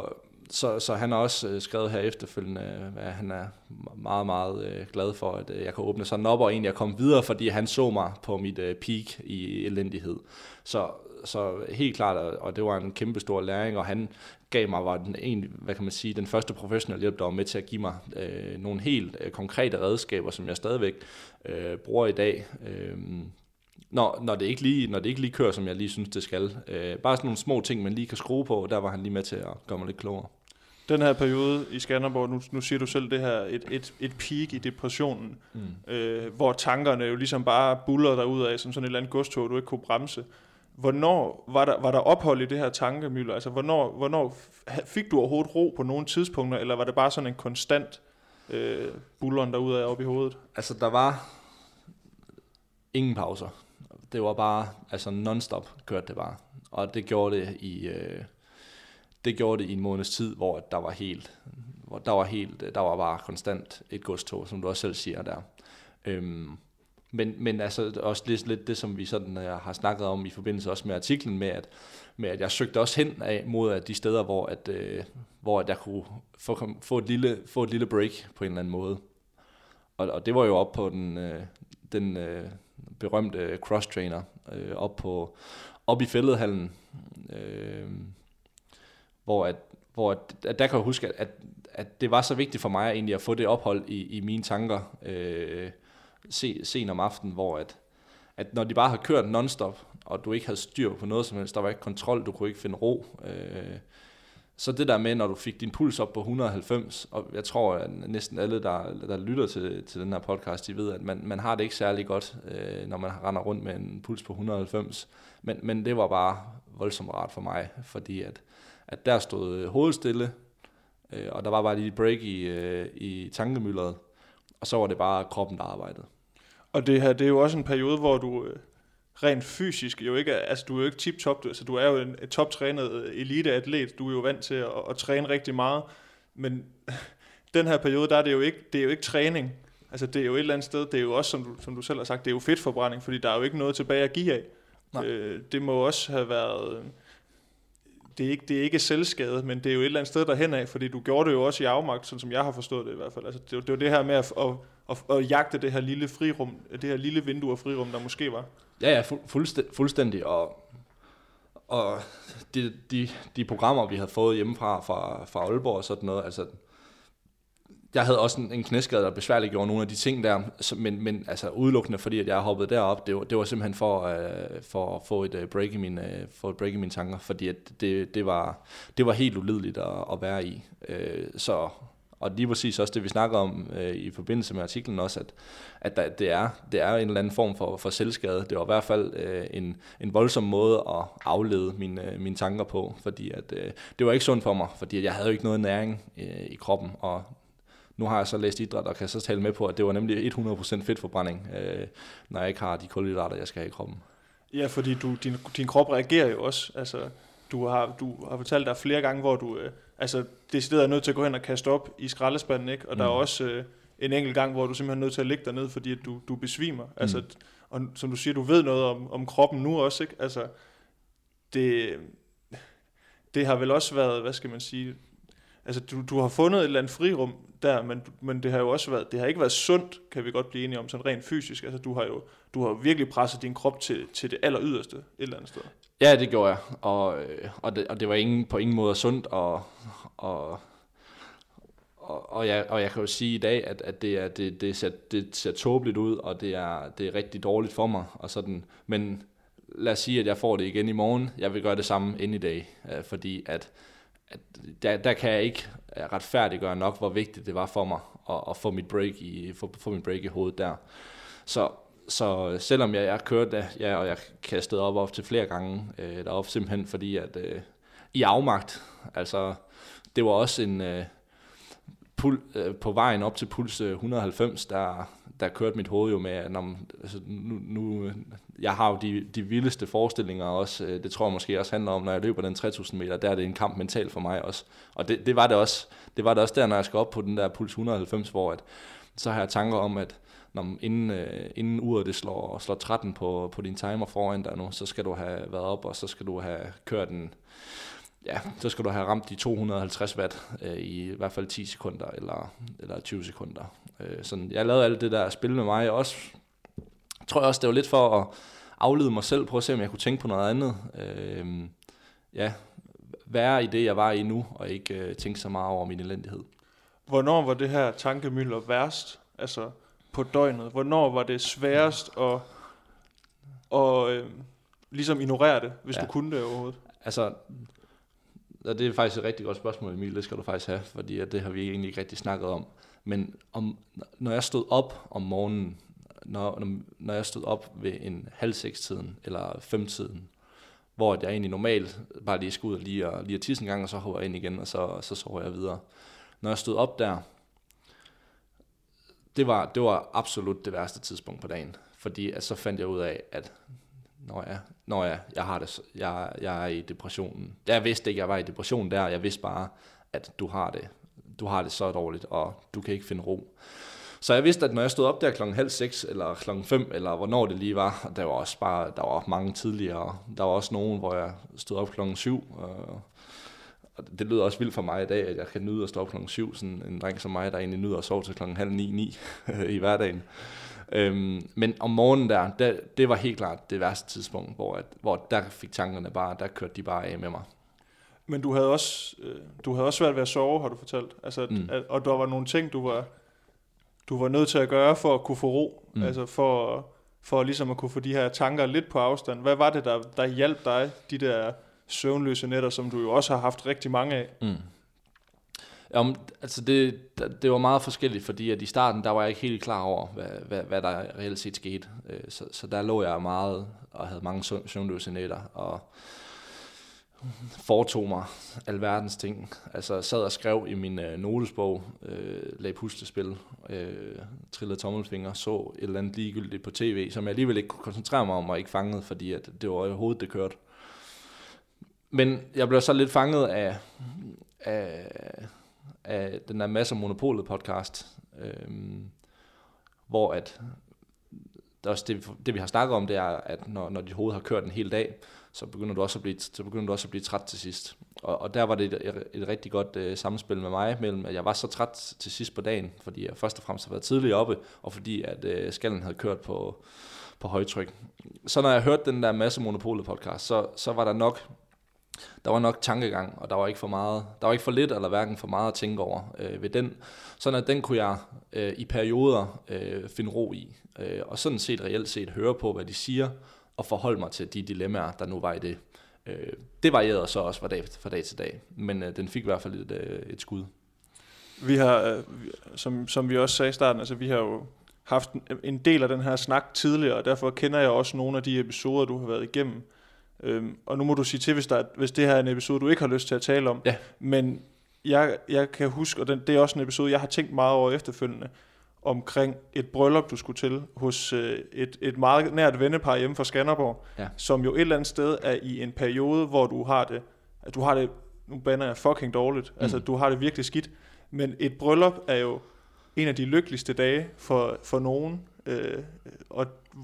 så, så han har også øh, skrevet her efterfølgende, at han er meget, meget øh, glad for, at øh, jeg kan åbne sådan op og egentlig at komme videre, fordi han så mig på mit øh, peak i elendighed. Så, så helt klart, og det var en kæmpe stor læring, og han gav mig, var den, egentlig, hvad kan man sige, den første professionelle hjælp, der var med til at give mig øh, nogle helt øh, konkrete redskaber, som jeg stadigvæk øh, bruger i dag. Øh, Når, når, det ikke lige, når det ikke lige kører, som jeg lige synes, det skal. Øh, bare sådan nogle små ting, man lige kan skrue på, der var han lige med til at gøre mig lidt klogere. Den her periode i Skanderborg, nu, nu siger du selv det her, et, et, et peak i depressionen, mm. øh, hvor tankerne jo ligesom bare buller derudad, som sådan et eller andet godstog, du ikke kunne bremse. Hvornår var der, var der ophold i det her tankemylder? Altså, hvornår, hvornår fik du overhovedet ro på nogle tidspunkter, eller var det bare sådan en konstant øh, bulleren derudad op i hovedet? Altså, der var ingen pauser. Det var bare, altså non-stop kørte det bare. Og det gjorde det i, øh, det gjorde det i en måneds tid, hvor der var helt, hvor der var helt, der var bare konstant et godstog, som du også selv siger der. Øhm, men, men altså også lidt, lidt det, som vi sådan uh, har snakket om i forbindelse også med artiklen, med at, med at jeg søgte også hen af mod at de steder, hvor at, øh, hvor at jeg kunne få, få, et lille, få et lille break på en eller anden måde. Og, og det var jo op på den, øh, den øh, berømte cross-trainer øh, op, på, op i Fælledhallen, øh, hvor, at, hvor at, at der kan jeg huske, at, at det var så vigtigt for mig egentlig at få det ophold i, i mine tanker øh, se, sen om aftenen, hvor at, at når de bare har kørt non-stop, og du ikke havde styr på noget som helst, der var ikke kontrol, du kunne ikke finde ro, øh, så det der med, når du fik din puls op på et hundrede og halvfems, og jeg tror, at næsten alle, der, der lytter til, til den her podcast, de ved, at man, man har det ikke særlig godt, øh, når man render rundt med en puls på et hundrede og halvfems. Men, men det var bare voldsomt rart for mig, fordi at, at der stod hovedet stille, øh, og der var bare lige et break i, øh, i tankemyldret, og så var det bare kroppen, der arbejdede. Og det her, det er jo også en periode, hvor du øh, rent fysisk jo ikke er, altså du er jo ikke tip-top, du, altså du er jo en et toptrænet eliteatlet, du er jo vant til at, at træne rigtig meget, men den her periode, der er det jo ikke, det er jo ikke træning, altså det er jo et eller andet sted, det er jo også, som du, som du selv har sagt, det er jo fedtforbrænding, fordi der er jo ikke noget tilbage at give af. Øh, det må også have været, det er ikke, det er ikke selvskade, men det er jo et eller andet sted derhen af, fordi du gjorde det jo også i afmagt, sådan som jeg har forstået det i hvert fald. Altså det, det var det her med at, at, at, at jagte det her lille frirum, det her lille vindue af frirum, der måske var. Ja, ja, fuldstændig, fuldstændig. Og, og de, de, de programmer, vi havde fået hjemmefra fra, fra Aalborg og sådan noget, altså, jeg havde også en, en knæskade, der besværligt gjorde nogle af de ting der, men, men altså udelukkende fordi, at jeg hoppede derop, det var, det var simpelthen for, uh, for at få et, uh, break i mine, uh, for et break i mine tanker, fordi at det, det, var, det var helt ulideligt at, at være i. Uh, så... Og lige præcis også det, vi snakker om øh, i forbindelse med artiklen også, at, at der, det, er, det er en eller anden form for, for selvskade. Det var i hvert fald øh, en, en voldsom måde at aflede mine, mine tanker på, fordi at, øh, det var ikke sundt for mig, fordi at jeg havde jo ikke noget næring øh, i kroppen, og nu har jeg så læst idræt, og kan så tale med på, at det var nemlig hundrede procent fedtforbrænding, øh, når jeg ikke har de kulhydrater, jeg skal have i kroppen. Ja, fordi du, din, din krop reagerer jo også, altså... Du har, du har fortalt dig flere gange, hvor du øh, altså, decideret er nødt til at gå hen og kaste op i skraldespanden, ikke? Og mm. der er også øh, en enkelt gang, hvor du simpelthen er nødt til at ligge dernede, fordi at du, du besvimer. Mm. Altså, og som du siger, du ved noget om, om kroppen nu også, ikke? Altså, det, det har vel også været, hvad skal man sige, altså du, du har fundet et eller andet frirum der, men, men det har jo også været, det har ikke været sundt, kan vi godt blive enige om, sådan rent fysisk. Altså du har jo, du har jo virkelig presset din krop til, til det aller yderste et eller andet sted. Ja, det gjorde jeg, og, og, det, og det var ingen, på ingen måde sundt, og, og, og, og, jeg, og jeg kan jo sige i dag, at, at det, er, det, det, ser, det ser tåbeligt ud, og det er, det er rigtig dårligt for mig, og sådan, men lad os sige, at jeg får det igen i morgen, jeg vil gøre det samme ind i dag, fordi at, at der, der kan jeg ikke retfærdiggøre nok, hvor vigtigt det var for mig, at, at få mit break i, få, få mit break i hovedet der. Så Så selvom jeg, jeg kørte, ja, og jeg kastede op op til flere gange øh, deroppe, simpelthen fordi, at øh, i afmagt, altså det var også en øh, pul, øh, på vejen op til puls et hundrede og halvfems, der, der kørte mit hoved jo med, at når, altså, nu, nu, jeg har jo de, de vildeste forestillinger også, øh, det tror jeg måske også handler om, når jeg løber den tre tusind meter, der er det en kamp mentalt for mig også, og det, det, var det, også, det var det også der, når jeg skal op på den der puls et hundrede og halvfems, hvor at, så har jeg tanker om, at når, inden, øh, inden uret det slår, slår tretten på, på din timer foran dig nu, så skal du have været op, og så skal du have kørt en, ja, så skal du have ramt de to hundrede og halvtreds watt øh, i i hvert fald ti sekunder eller, eller tyve sekunder. Øh, sådan, jeg lavede alt det der spil med mig også. Tror jeg også, det var lidt for at aflede mig selv, prøve at se, om jeg kunne tænke på noget andet. Øh, ja, være i det, jeg var i nu, og ikke øh, tænke så meget over min elendighed. Hvornår var det her tankemylder værst, altså på døgnet? Hvornår var det sværest at, at øh, ligesom ignorere det, hvis ja. du kunne det overhovedet? Altså, det er faktisk et rigtig godt spørgsmål, Emil, det skal du faktisk have, fordi det har vi egentlig ikke rigtig snakket om. Men om, når jeg stod op om morgenen, når, når jeg stod op ved en halv seks tiden eller fem tiden, hvor jeg egentlig normalt bare lige skulle ud og lige, og, lige at tisse en gang, og så hopper jeg ind igen, og så, så sover jeg videre. Når jeg stod op der, det var, det var absolut det værste tidspunkt på dagen, fordi at så fandt jeg ud af, at når jeg, når jeg, jeg har det, jeg, jeg er i depressionen. Jeg vidste ikke, jeg var i depression der, jeg vidste bare, at du har det, du har det så dårligt, og du kan ikke finde ro. Så jeg vidste, at når jeg stod op der klokken halv seks, eller klokken fem, eller hvornår det lige var, og der var også bare, der var mange tidligere, der var også nogen, hvor jeg stod op klokken syv, og det lyder også vildt for mig i dag, at jeg kan nyde at stå op klokken syv, sådan en dreng som mig, der egentlig nyder at sove til klokken halv ni, ni i hverdagen. Øhm, men om morgenen der, der, det var helt klart det værste tidspunkt, hvor, at, hvor der fik tankerne bare, der kørte de bare af med mig. Men du havde også, øh, du havde også svært ved at sove, har du fortalt. Altså, mm. at, og der var nogle ting, du var, du var nødt til at gøre for at kunne få ro. Mm. Altså for, for ligesom at kunne få de her tanker lidt på afstand. Hvad var det, der, der hjalp dig, de der søvnløse nætter, som du jo også har haft rigtig mange af? Mm. Jamen, altså det, det var meget forskelligt, fordi at i starten, der var jeg ikke helt klar over, hvad, hvad, hvad der reelt set skete. Så, så der lå jeg meget og havde mange søvnløse nætter og foretog mig alverdens ting. Altså sad og skrev i min øh, notesbog, øh, lagde puslespil, øh, trillede tommelfinger, så et eller andet ligegyldigt på tv, som jeg alligevel ikke kunne koncentrere mig om og ikke fangede, fordi at det var i hovedet, det kørte. Men jeg blev så lidt fanget af, af, af den der Mads og Monopolet podcast, øh, hvor at det, også det, det vi har snakket om, det er, at når, når dit hoved har kørt en hel dag, så begynder du også at blive, så begynder du også at blive træt til sidst. Og, og der var det et, et rigtig godt uh, samspil med mig, mellem at jeg var så træt til sidst på dagen, fordi jeg først og fremmest havde været tidligere oppe, og fordi at uh, skallen havde kørt på, på højtryk. Så når jeg hørte den der Masse Monopolet podcast, så, så var der nok, der var nok tankegang, og der var ikke for meget, der var ikke for lidt, eller hverken for meget at tænke over øh, ved den. Sådan at den kunne jeg øh, i perioder øh, finde ro i, øh, og sådan set reelt set høre på, hvad de siger, og forholde mig til de dilemmaer, der nu var i det. Øh, det varierede så også fra dag, fra dag til dag, men øh, den fik i hvert fald et, øh, et skud. Vi har, øh, som, som vi også sagde i starten, altså vi har jo haft en, en del af den her snak tidligere, og derfor kender jeg også nogle af de episoder, du har været igennem. Øhm, og nu må du sige til, hvis, der er, hvis det her er en episode, du ikke har lyst til at tale om. Ja. Men jeg, jeg kan huske, og den, det er også en episode, jeg har tænkt meget over efterfølgende, omkring et bryllup, du skulle til hos øh, et, et meget nært vennepar hjemme fra Skanderborg, ja. Som jo et eller andet sted er i en periode, hvor du har det, at du har det, nu bander jeg fucking dårligt, mm. altså du har det virkelig skidt, men et bryllup er jo en af de lykkeligste dage for, for nogen, øh, og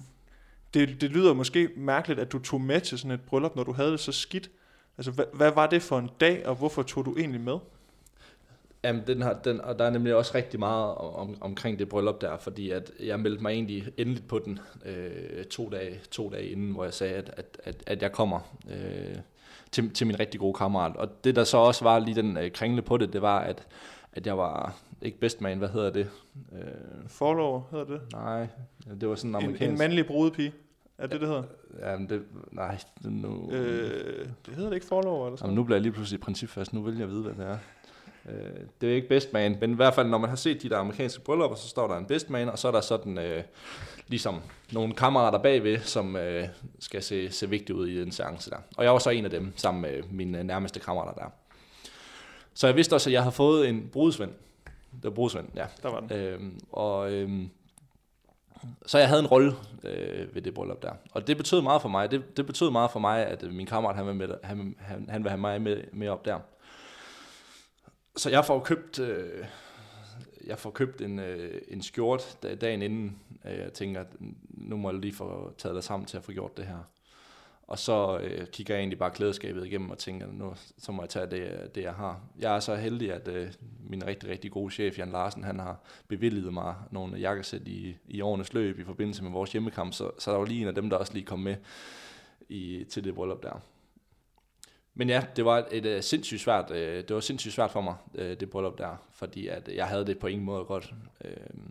det, det lyder måske mærkeligt, at du tog med til sådan et bryllup, når du havde det så skidt. Altså, hvad, hvad var det for en dag, og hvorfor tog du egentlig med? Jamen, den har, den, og der er nemlig også rigtig meget om, omkring det bryllup der, fordi at jeg meldte mig egentlig endeligt på den øh, to, dage, to dage inden, hvor jeg sagde, at, at, at, at jeg kommer øh, til, til min rigtig gode kammerat. Og det, der så også var lige den øh, kringle på det, det var, at, at jeg var ikke best man, hvad hedder det? Øh, Forlover hedder det? Nej, det var sådan en amerikansk... En, en mandlig brudepige? Er det, det hedder? Ja, men det... Nej, det nu... Øh, det hedder det ikke forlover, eller sådan? Jamen, nu bliver jeg lige pludselig principfast. Nu vil jeg vide, hvad det er. Øh, det er ikke best man, men i hvert fald, når man har set de der amerikanske bryllupper, så står der en best man, og så er der sådan øh, ligesom nogle kammerater bagved, som øh, skal se, se vigtigt ud i den seance der. Og jeg var så en af dem, sammen med mine nærmeste kammerater der. Så jeg vidste også, at jeg havde fået en brudsven. Det var brudsven, ja. Der var den. Øh, og... Øh, Så jeg havde en rolle øh, ved det bryllup der, og det betød meget for mig. Det, det betød meget for mig, at min kammerat han vil, med, han, han, han vil have mig med, med op der. Så jeg får købt, øh, jeg får købt en, øh, en skjort dagen inden. Øh, jeg tænker, at nu må jeg lige få taget det sammen til at få gjort det her. Og så øh, kigger jeg egentlig bare klædeskabet igennem og tænker, nu så må jeg tage det, det jeg har. Jeg er så heldig, at øh, min rigtig, rigtig gode chef, Jan Larsen, han har bevilget mig nogle jakkesæt i, i årenes løb i forbindelse med vores hjemmekamp, så, så der var lige en af dem, der også lige kom med i, til det bryllup der. Men ja, det var et, et sindssygt svært, øh, det var sindssygt svært for mig, øh, det bryllup der, fordi at jeg havde det på ingen måde godt. Øh,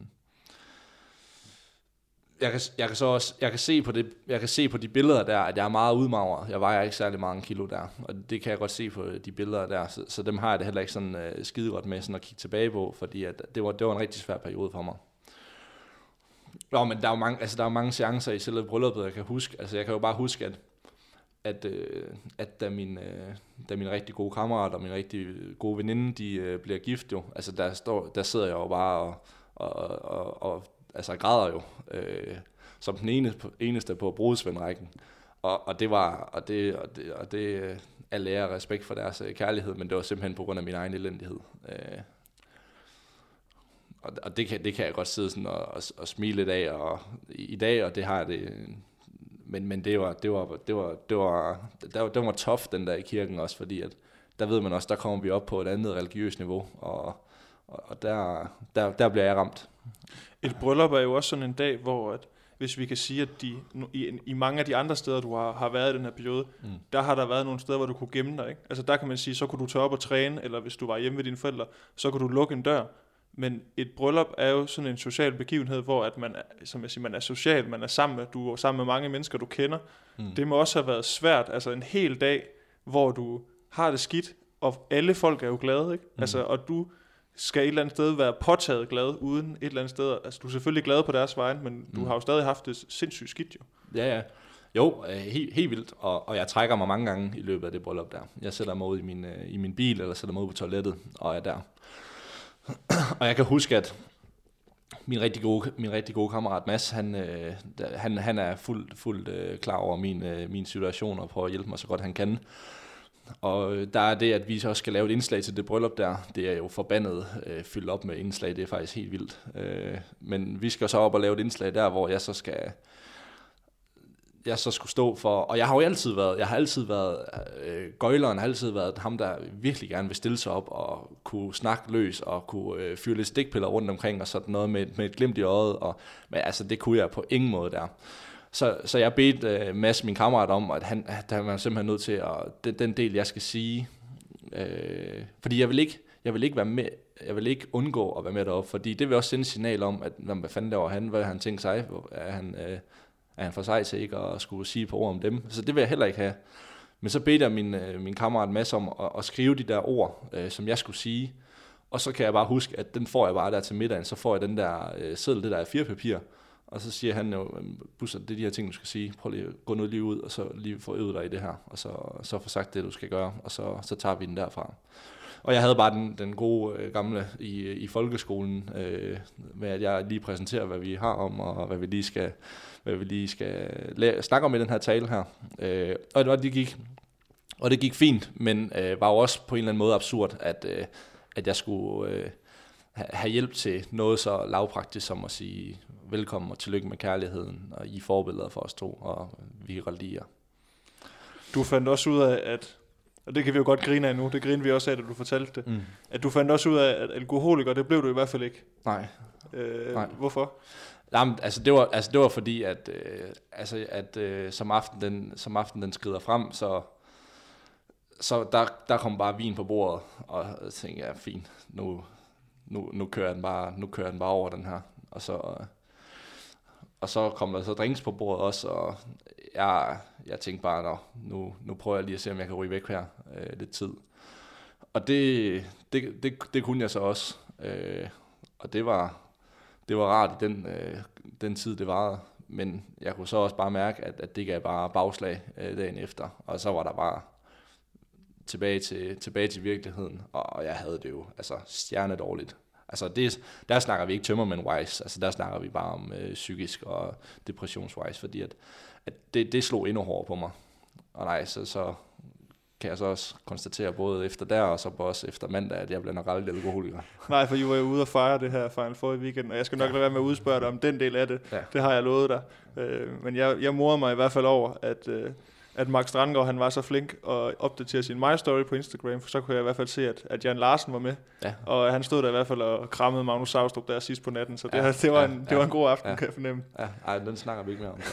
Jeg kan, jeg kan så også, jeg kan se på det, jeg kan se på de billeder der, at jeg er meget udmagret. Jeg vejer ikke særlig mange kilo der, og det kan jeg godt se på de billeder der, så, så dem har jeg det heller ikke sådan uh, skide godt med sådan at kigge tilbage på, fordi at det var det var en rigtig svær periode for mig. Nå, men der er jo mange, altså der er mange seancer i selve brylluppet, jeg kan huske. Altså jeg kan jo bare huske at at øh, at da min øh, da min rigtig gode kammerat og min rigtig gode veninde, de øh, bliver gift jo. Altså der står der sidder jeg jo bare og og og, og altså jeg græder jo, øh, som den ene, eneste på brudsvendrækken. Og, og det var, og det, og det, og det er ære og respekt for deres kærlighed, men det var simpelthen på grund af min egen elendighed. Øh, og og det, kan, det kan jeg godt sidde sådan og, og, og smile lidt af og, i, i dag, og det har jeg det, men, men det var, det var, det var, det var, det var, det var tough, den der i kirken også, fordi at, der ved man også, der kommer vi op på et andet religiøst niveau, og, og der, der, der bliver jeg ramt. Et bryllup er jo også sådan en dag, hvor at, hvis vi kan sige, at de, i, i mange af de andre steder, du har, har været i den her periode, mm. der har der været nogle steder, hvor du kunne gemme dig. Ikke? Altså der kan man sige, så kunne du tage op og træne, eller hvis du var hjemme ved dine forældre, så kunne du lukke en dør. Men et bryllup er jo sådan en social begivenhed, hvor at man, er, som jeg siger, man er social, man er sammen med, du er sammen med mange mennesker, du kender. Mm. Det må også have været svært, altså en hel dag, hvor du har det skidt, og alle folk er jo glade, ikke? Mm. Altså, og du skal et eller andet sted være påtaget glad, uden et eller andet sted, altså du er selvfølgelig glad på deres vegne, men du mm. har jo stadig haft det sindssygt skidt jo. Ja, ja. Jo, øh, helt, helt vildt, og, og jeg trækker mig mange gange i løbet af det bryllup der. Jeg sætter mig ud i min, øh, i min bil, eller sætter mig ud på toilettet, og er der. Og jeg kan huske, at min rigtig gode, min rigtig gode kammerat Mads, han, øh, han, han er fuldt, fuldt øh, klar over min, øh, min situation, og prøver at hjælpe mig så godt han kan. Og der er det, at vi så også skal lave et indslag til det bryllup der. Det er jo forbandet øh, fyldt op med indslag. Det er faktisk helt vildt. Øh, men vi skal så op og lave et indslag der, hvor jeg så skal jeg så skulle stå for. Og jeg har jo altid været, jeg har altid været øh, gøjleren, har altid været ham, der virkelig gerne vil stille sig op og kunne snakke løs og kunne øh, fyre lidt stikpiller rundt omkring og sådan noget med, med et glimt i øjet. Og, men altså, det kunne jeg på ingen måde der. Så, så jeg bedte uh, Mads, min kammerat, om, at han, at han var simpelthen nødt til at, den, den del, jeg skal sige, øh, fordi jeg vil ikke, jeg vil ikke være med, jeg vil ikke undgå at være med deroppe, fordi det vil også sende et signal om, at hvad fanden laver han, hvad han tænker sig, er han, øh, er han for sig til ikke at skulle sige på ord om dem, så det vil jeg heller ikke have. Men så bedte jeg min, øh, min kammerat Mads om at, at skrive de der ord, øh, som jeg skulle sige, og så kan jeg bare huske, at den får jeg bare der til middagen, så får jeg den der øh, seddel, det der er fire papir. Og så siger han jo, Busser, det er de her ting, du skal sige. Prøv lige at gå noget lige ud, og så lige få øvet dig i det her. Og så, så få sagt det, du skal gøre. Og så, så tager vi den derfra. Og jeg havde bare den, den gode øh, gamle i, i folkeskolen, øh, med at jeg lige præsenterer, hvad vi har om, og hvad vi lige skal, hvad vi lige skal lære, snakke om i den her tale her. Øh, og, og, det gik, og det gik fint, men øh, var jo også på en eller anden måde absurd, at, øh, at jeg skulle øh, have hjælp til noget så lavpraktisk som at sige velkommen og tillykke med kærligheden, og I er forbilleder for os to, og vi er religier. Du fandt også ud af, at, og det kan vi jo godt grine af nu, det griner vi også af, da du fortalte det, mm. at du fandt også ud af, at alkoholiker, det blev du i hvert fald ikke. Nej. Øh, Nej. Hvorfor? Jamen, altså det var, altså det var fordi, at, øh, altså, at øh, som aften den, som aften den skrider frem, så, så der, der kom bare vin på bordet, og jeg tænkte, ja, fint, nu, nu, nu, kører den bare, nu kører den bare over den her, og så... Øh, Og så kom der så drinks på bordet også, og jeg, jeg tænkte bare, nu, nu prøver jeg lige at se, om jeg kan ryge væk her øh, lidt tid. Og det, det, det, det kunne jeg så også, øh, og det var, det var rart i den, øh, den tid, det varede. Men jeg kunne så også bare mærke, at, at det gav bare bagslag øh, dagen efter, og så var der bare tilbage til, tilbage til virkeligheden, og jeg havde det jo altså stjernedårligt. Altså det, der snakker vi ikke tømmermænd-wise, altså der snakker vi bare om øh, psykisk og depressions-wise, fordi at, at det, det slog endnu hårdere på mig. Og nej, så, så kan jeg så også konstatere både efter der og så også efter mandag, at jeg bliver nok aldrig alkoholiker. Nej, for I var jo ude og fejre det her Final Four i weekenden, og jeg skal nok lade være med at udspørge dig om den del af det. Ja. Det har jeg lovet dig. Øh, men jeg, jeg morer mig i hvert fald over, at, øh, at Mark Strandgaard, han var så flink at opdatere sin My Story på Instagram, for så kunne jeg i hvert fald se, at, at Jan Larsen var med. Ja. Og han stod der i hvert fald og krammede Magnus Saustrup der sidst på natten, så det, ja, det, var, ja, en, det ja, var en god aften, ja, kan jeg fornemme. Ja, ej, den snakker vi ikke mere om.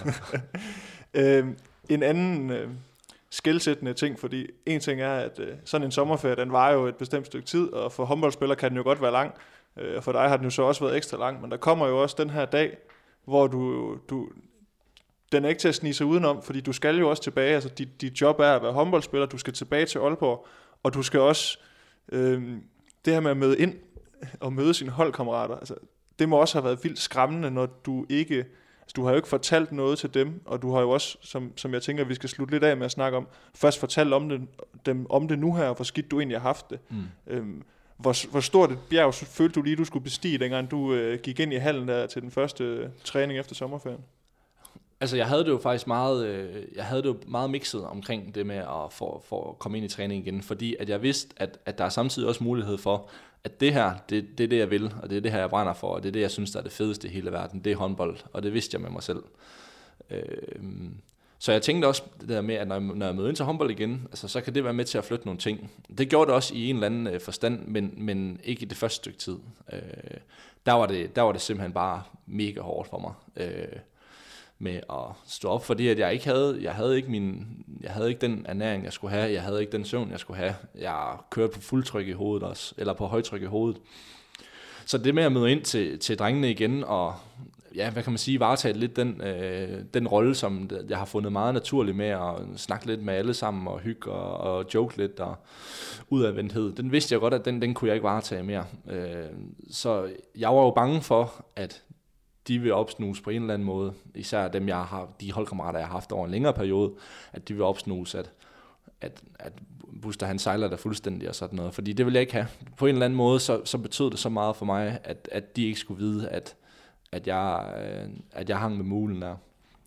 øhm, en anden øh, skelsættende ting, fordi en ting er, at øh, sådan en sommerferie, den var jo et bestemt stykke tid, og for håndboldspillere kan den jo godt være lang, øh, og for dig har den jo så også været ekstra lang, men der kommer jo også den her dag, hvor du... du den er ikke til at snige sig udenom, fordi du skal jo også tilbage, altså dit, dit job er at være håndboldspiller, du skal tilbage til Aalborg, og du skal også, øh, det her med at møde ind og møde sine holdkammerater, altså det må også have været vildt skræmmende, når du ikke, altså du har jo ikke fortalt noget til dem, og du har jo også, som, som jeg tænker, vi skal slutte lidt af med at snakke om, først fortalt om det, dem om det nu her, og hvor skidt du egentlig har haft det. Mm. Øhm, hvor, hvor stort et bjerg følte du lige, du skulle bestige, dengang du øh, gik ind i hallen der til den første øh, træning efter sommerferien? Altså jeg havde det jo faktisk meget, øh, jeg havde det jo meget mixet omkring det med at for, for at komme ind i træning igen, fordi at jeg vidste, at, at der er samtidig også mulighed for, at det her, det, det er det jeg vil, og det er det her jeg brænder for, og det er det jeg synes der er det fedeste i hele verden, det er håndbold, og det vidste jeg med mig selv. Øh, så jeg tænkte også det der med, at når jeg, når jeg møder ind til håndbold igen, altså, så kan det være med til at flytte nogle ting. Det gjorde det også i en eller anden øh, forstand, men, men ikke i det første stykke tid. Øh, der, var det, der var det simpelthen bare mega hårdt for mig. Øh, med at stå op, fordi at jeg ikke havde, jeg havde ikke min, jeg havde ikke den ernæring jeg skulle have, jeg havde ikke den søvn jeg skulle have. Jeg kørte på fuldtryk i hovedet også, eller på højtryk i hovedet. Så det med at møde ind til, til drengene igen og ja, hvad kan man sige, varetage lidt den øh, den rolle som jeg har fundet meget naturligt med at snakke lidt med alle sammen og hygge og, og joke lidt og udadvendthed. Den vidste jeg godt at den den kunne jeg ikke varetage mere. Øh, så jeg var jo bange for at de vil opsnuse på en eller anden måde, især dem, jeg har, de holdkammerater, jeg har haft over en længere periode, at de vil opsnuse, at, at, at Buster han sejler der fuldstændig og sådan noget, fordi det vil jeg ikke have. På en eller anden måde, så, så betød det så meget for mig, at, at de ikke skulle vide, at, at, jeg, at jeg hang med mulen der.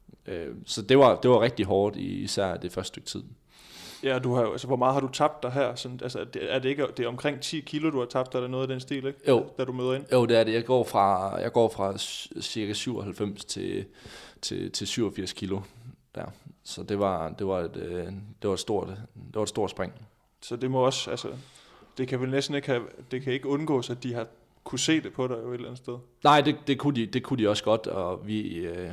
Så det var, det var rigtig hårdt, især det første stykke tid. Ja, du har, altså, hvor meget har du tabt dig her? Sådan, altså, er det ikke det er omkring ti kilo, du har tabt, eller noget af den stil, ikke? Jo. Da du møder ind? Jo, det er det. Jeg går fra, jeg går fra cirka syvoghalvfems til, til, til syvogfirs kilo der. Så det var, det var et, det var et stort, det var et stort spring. Så det må også, altså, det kan vel næsten ikke have, det kan ikke undgås, at de har kunne se det på dig jo et eller andet sted? Nej, det, det kunne de, det kunne de også godt, og vi øh,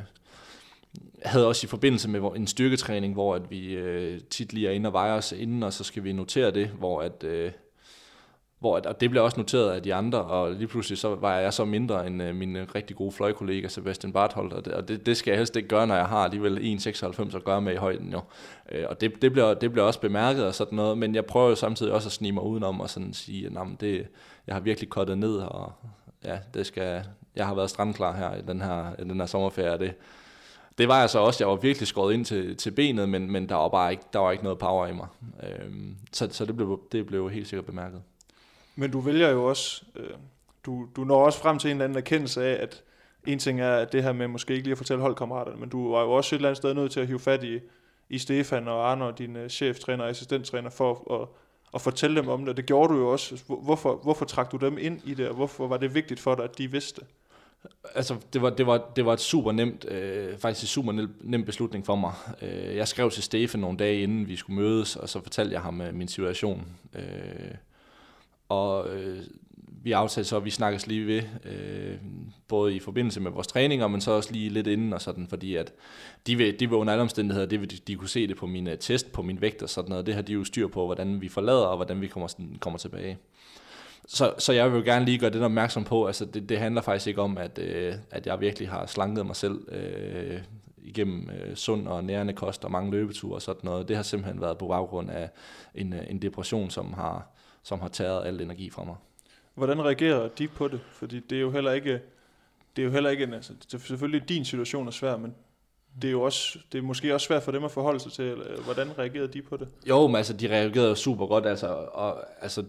havde også i forbindelse med en styrketræning, hvor at vi øh, tit lige er inde og vejer os inden, og så skal vi notere det, hvor at, øh, hvor at, og det blev også noteret af de andre, og lige pludselig så var jeg så mindre end øh, min rigtig gode fløjkollega Sebastian Barthold, og det, og det, det skal jeg helst ikke gøre, når jeg har alligevel en komma seksoghalvfems at gøre med i højden jo. Øh, og det, det, bliver, det bliver også bemærket og sådan noget, men jeg prøver jo samtidig også at snige mig udenom og sådan sige, at det, jeg har virkelig kottet ned, og ja, det skal, jeg har været strandklar her i den her, i den her sommerferie, det Det var jeg så også. Jeg var virkelig skåret ind til, til benet, men, men der var bare ikke, der var ikke noget power i mig. Øhm, så så det, blev, det blev helt sikkert bemærket. Men du vælger jo også, øh, du, du når også frem til en eller anden erkendelse af, at en ting er at det her med måske ikke lige at fortælle holdkammeraterne, men du var jo også et eller andet sted nødt til at hive fat i, i Stefan og Arne og din uh, cheftræner og assistenttræner for at, at fortælle dem om det. Det gjorde du jo også. Hvorfor, hvorfor trak du dem ind i det, og hvorfor var det vigtigt for dig, at de vidste det? Altså, det var, det var, det var et super nemt, øh, faktisk en super nem, nem beslutning for mig. Øh, jeg skrev til Stefan nogle dage inden vi skulle mødes, og så fortalte jeg ham øh, min situation. Øh, og øh, vi aftalte så, at vi snakkes lige ved, øh, både i forbindelse med vores træninger, men så også lige lidt inden og sådan, fordi at de vil, de vil under alle omstændigheder, det vil, de, de kunne se det på min test, på min vægt og sådan noget. Det har de jo styr på, hvordan vi forlader og hvordan vi kommer, kommer tilbage. Så, så jeg vil gerne lige gøre det opmærksom på, altså det, det handler faktisk ikke om, at, øh, at jeg virkelig har slanket mig selv øh, igennem øh, sund og nærende kost og mange løbeture og sådan noget. Det har simpelthen været på baggrund af en, en depression, som har, som har taget al energi fra mig. Hvordan reagerer de på det? Fordi det er jo heller ikke, det er jo heller ikke en, altså selvfølgelig din situation er svær, men det er jo også, det er måske også svært for dem at forholde sig til. Hvordan reagerede de på det? Jo, men altså de reagerede super godt, altså, og altså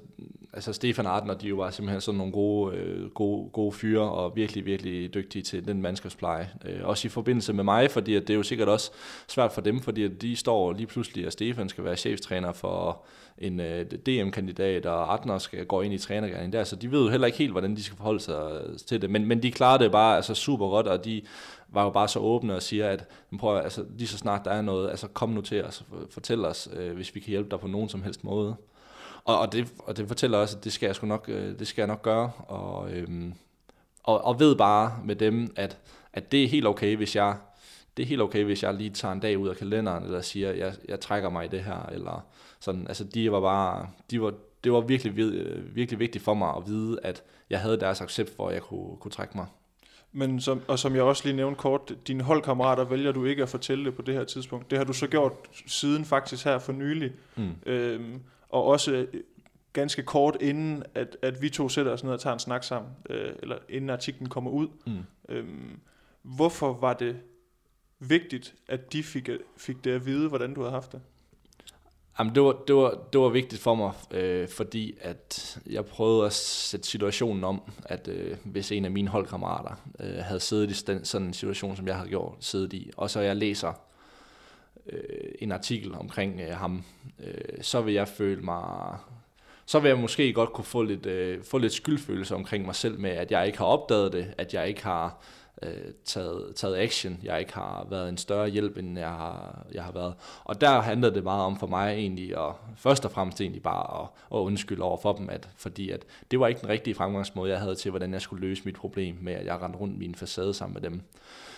altså Stefan og Adner, de jo var simpelthen sådan nogle gode, øh, gode, gode fyre, og virkelig, virkelig dygtige til den mandskabspleje. Øh, også i forbindelse med mig, fordi at det er jo sikkert også svært for dem, fordi at de står lige pludselig, at Stefan skal være chefstræner for en øh, D M-kandidat, og Adner skal gå ind i trænergerningen der, så de ved jo heller ikke helt, hvordan de skal forholde sig til det, men, men de klarer det bare altså super godt, og de var jo bare så åbne og siger, at prøv, altså, lige så snart der er noget, altså kom nu til os og fortæl os, øh, hvis vi kan hjælpe dig på nogen som helst måde. Og, og, det, og det fortæller også, at det skal jeg sgu nok, øh, det skal jeg nok gøre, og, øhm, og, og ved bare med dem, at, at det er helt okay, hvis jeg det er helt okay, hvis jeg lige tager en dag ud af kalenderen, eller siger, at jeg, jeg trækker mig i det her, eller sådan, altså de var bare, de var, det var virkelig, virkelig vigtigt for mig at vide, at jeg havde deres accept for, at jeg kunne, kunne trække mig. Men som, og som jeg også lige nævnte kort, dine holdkammerater vælger du ikke at fortælle det på det her tidspunkt. Det har du så gjort siden faktisk her for nylig. Mm. Øhm, og også ganske kort inden, at, at vi to sætter os ned og tager en snak sammen, øh, eller inden artiklen kommer ud. Mm. Øhm, hvorfor var det vigtigt, at de fik, fik det at vide, hvordan du havde haft det? Jamen, det var, det var, det var vigtigt for mig, øh, fordi at jeg prøvede at sætte situationen om, at øh, hvis en af mine holdkammerater øh, havde siddet i stand, sådan en situation, som jeg havde gjort, siddet i, og så jeg læser øh, en artikel omkring øh, ham, øh, så vil jeg føle mig, så vil jeg måske godt kunne få lidt, øh, få lidt skyldfølelse omkring mig selv med, at jeg ikke har opdaget det, at jeg ikke har Taget, taget action, jeg ikke har været en større hjælp, end jeg har, jeg har været. Og der handlede det meget om for mig egentlig, og først og fremmest egentlig bare at, at undskylde over for dem, at, fordi at det var ikke den rigtige fremgangsmåde, jeg havde til, hvordan jeg skulle løse mit problem med, at jeg rendte rundt min facade sammen med dem.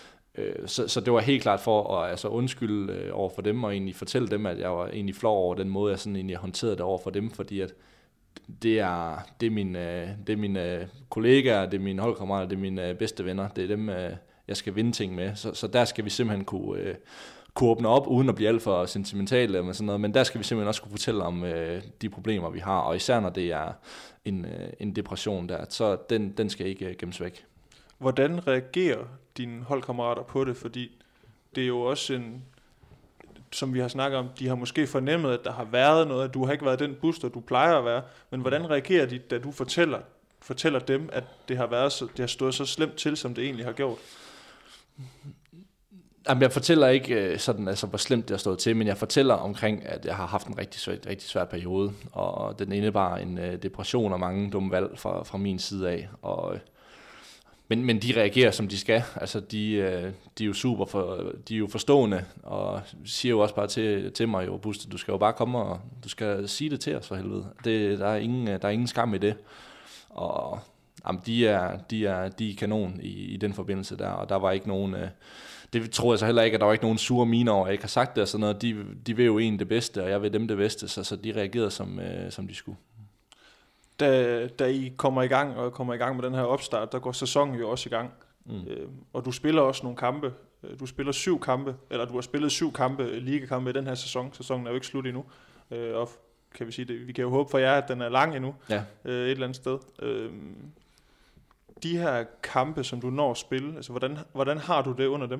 Så, så det var helt klart for at altså, undskylde over for dem, og egentlig fortælle dem, at jeg var egentlig flov over den måde, jeg sådan egentlig håndterede det over for dem, fordi at Det er, det er mine, det er mine kollegaer, det er mine holdkammerater, det er mine bedste venner. Det er dem, jeg skal vinde ting med. Så, så der skal vi simpelthen kunne, kunne åbne op, uden at blive alt for sentimentale eller sådan noget. Men der skal vi simpelthen også kunne fortælle om de problemer, vi har. Og især når det er en, en depression der, så den, den skal ikke gemmes væk. Hvordan reagerer dine holdkammerater på det? Fordi det er jo også en... som vi har snakket om, de har måske fornemmet, at der har været noget, at du har ikke været den booster, du plejer at være, men hvordan reagerer de, da du fortæller, fortæller dem, at det har, været så, det har stået så slemt til, som det egentlig har gjort? Jamen, jeg fortæller ikke sådan, altså, hvor slemt det har stået til, men jeg fortæller omkring, at jeg har haft en rigtig svær, rigtig svær periode, og den indebar en uh, depression og mange dumme valg fra, fra min side af, og Men, men de reagerer, som de skal. Altså, de, de er jo super for, de er jo forstående, og siger jo også bare til, til mig, jo, Buster, du skal jo bare komme, og du skal sige det til os for helvede. Det, der, er ingen, der er ingen skam i det. Og jamen, de, er, de, er, de er kanon i, i den forbindelse der, og der var ikke nogen... Det tror jeg så heller ikke, at der var ikke nogen sure miner over, jeg ikke har sagt det og sådan noget. De, de vil jo en det bedste, og jeg vil dem det bedste, så, så de reagerede, som, som de skulle. Da, da I kommer i gang og kommer i gang med den her opstart, der går sæsonen jo også i gang. Mm. Øh, og du spiller også nogle kampe. Du spiller syv kampe, eller du har spillet syv kampe, ligakampe i den her sæson. Sæsonen er jo ikke slut endnu. Øh, og kan vi sige det, vi kan jo håbe for jer, at den er lang endnu. Ja. Øh, et eller andet sted. Øh, de her kampe, som du når at spille, altså hvordan, hvordan har du det under dem?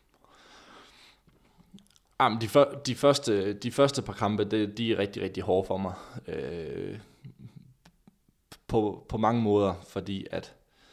Jamen, de, for, de, første, de første par kampe, det, de er rigtig, rigtig hårde for mig. Øh, På, på mange måder, fordi at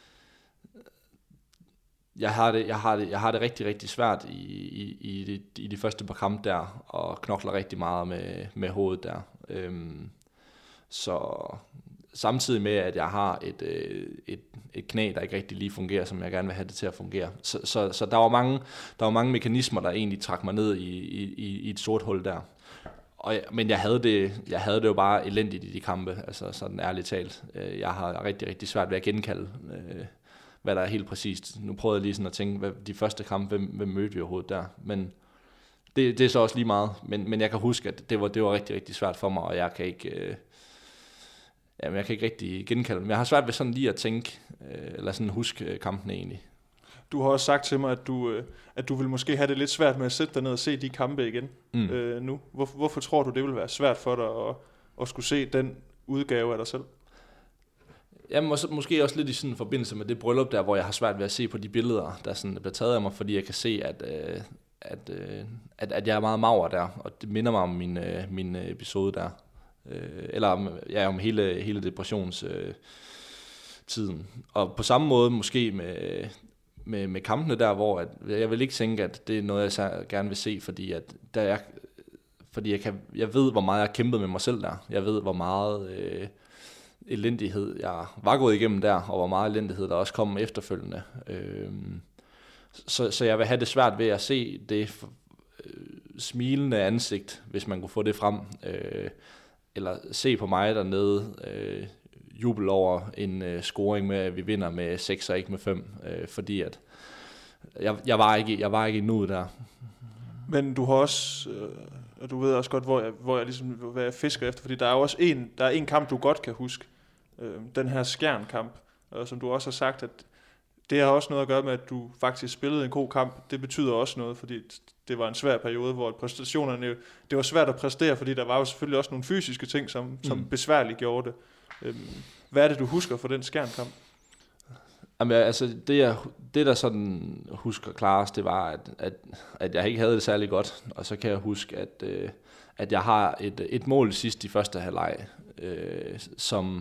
jeg har det, jeg har det, jeg har det rigtig, rigtig svært i, i, i, de, i de første par kampe der, og knokler rigtig meget med, med hovedet der. Øhm, så samtidig med, at jeg har et, et, et knæ, der ikke rigtig lige fungerer, som jeg gerne vil have det til at fungere. Så, så, så der var mange, der var mange mekanismer, der egentlig trak mig ned i, i, i et sort hul der. Og, men jeg havde, det, jeg havde det jo bare elendigt i de kampe, altså sådan ærligt talt. Jeg har rigtig, rigtig svært ved at genkalde, hvad der er helt præcist. Nu prøvede jeg lige sådan at tænke, hvad de første kampe, hvem, hvem mødte vi overhovedet der. Men det, det er så også lige meget. Men, men jeg kan huske, at det var, det var rigtig, rigtig svært for mig, og jeg kan ikke, øh, jamen jeg kan ikke rigtig genkalde dem. Jeg har svært ved sådan lige at tænke, øh, eller sådan huske kampen egentlig. Du har også sagt til mig, at du, at du vil måske have det lidt svært med at sætte dig ned og se de kampe igen mm. øh, nu. Hvor, hvorfor tror du, det vil være svært for dig at, at skulle se den udgave af dig selv? Jamen mås- måske også lidt i sådan en forbindelse med det bryllup der, hvor jeg har svært ved at se på de billeder, der sådan bliver taget af mig, fordi jeg kan se, at, øh, at, øh, at, at jeg er meget mager der, og det minder mig om min, øh, min episode der. øh, eller om, ja, om hele, hele depressionstiden. Øh, tiden. Og på samme måde måske med, med, med kampene der, hvor at, jeg vil ikke tænke, at det er noget, jeg gerne vil se, fordi, at der er, fordi jeg, kan, jeg ved, hvor meget jeg har kæmpet med mig selv der. Jeg ved, hvor meget øh, elendighed jeg var gået igennem der, og hvor meget elendighed der også kom efterfølgende. Øh, så, så jeg vil have det svært ved at se det øh, smilende ansigt, hvis man kunne få det frem, øh, eller se på mig dernede, øh, jubel over en øh, scoring med, at vi vinder med seks og ikke med fem, øh, fordi at jeg, jeg, var ikke, jeg var ikke endnu der. Men du har også, øh, og du ved også godt, hvor jeg, hvor jeg ligesom, hvad jeg fisker efter, fordi der er jo også en, der er en kamp, du godt kan huske, øh, den her Skjern-kamp, og som du også har sagt, at det har også noget at gøre med, at du faktisk spillede en god kamp. Det betyder også noget, fordi det var en svær periode, hvor præstationerne, det var svært at præstere, fordi der var jo selvfølgelig også nogle fysiske ting, som, som mm. besværligt gjorde det. Hvad er det, du husker for den Skjern-kamp? Jamen, altså, det, jeg, det der sådan husker klarest, det var, at, at, at jeg ikke havde det særlig godt. Og så kan jeg huske, at, øh, at jeg har et, et mål sidst i første halvleg, øh, som,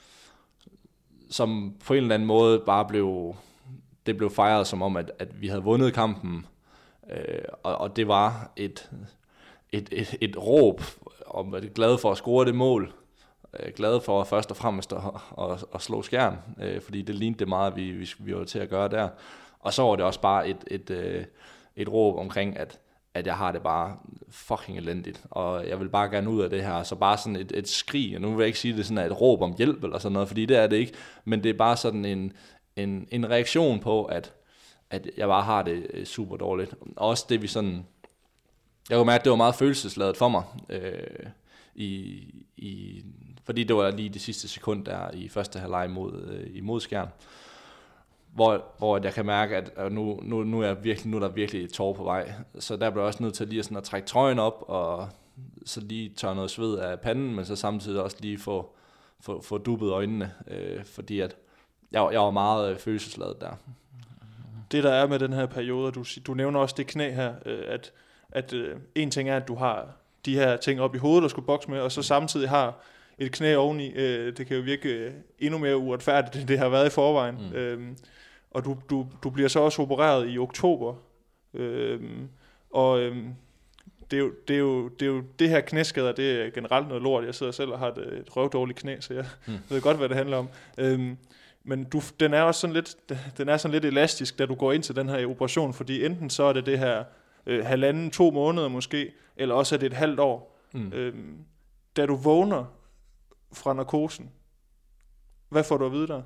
som på en eller anden måde bare blev, det blev fejret som om, at, at vi havde vundet kampen. Øh, og, og det var et, et, et, et råb om, at jeg er glad for at score det mål. Glad for først og fremmest at, at, at slå Skjern, øh, fordi det lignede det meget, vi, vi, vi var til at gøre der. Og så var det også bare et, et, et, et råb omkring, at, at jeg har det bare fucking elendigt, og jeg vil bare gerne ud af det her. Så bare sådan et, et skrig, og nu vil jeg ikke sige det sådan et råb om hjælp eller sådan noget, fordi det er det ikke, men det er bare sådan en, en, en reaktion på, at, at jeg bare har det super dårligt. Og også det vi sådan, jeg kunne mærke, at det var meget følelsesladet for mig, øh, i, i fordi det var lige det sidste sekund der i første halvleg mod, øh, imod Skjern, hvor, hvor jeg kan mærke, at nu, nu, nu, er, virkelig, nu er der virkelig et tår på vej. Så der blev jeg også nødt til lige sådan at trække trøjen op, og så lige tørre noget sved af panden, men så samtidig også lige få, få, få dubbet øjnene, øh, fordi at jeg, jeg var meget øh, følelsesladet der. Det der er med den her periode, du, du nævner også det knæ her, øh, at, at øh, en ting er, at du har de her ting op i hovedet, du skulle bokse med, og så samtidig har et knæ oveni. Øh, det kan jo virke endnu mere uretfærdigt, end det har været i forvejen. Mm. Øhm, og du, du, du bliver så også opereret i oktober. Øhm, og øhm, det, er jo, det, er jo, det er jo det her knæskader, det er generelt noget lort. Jeg sidder selv og har et, et røvdårligt knæ, så jeg mm. ved godt, hvad det handler om. Øhm, men du, den er også sådan lidt, den er sådan lidt elastisk, da du går ind til den her operation, fordi enten så er det det her øh, halvanden, to måneder måske, eller også er det et halvt år. Mm. Øhm, da du vågner fra narkosen, hvad får du at vide der?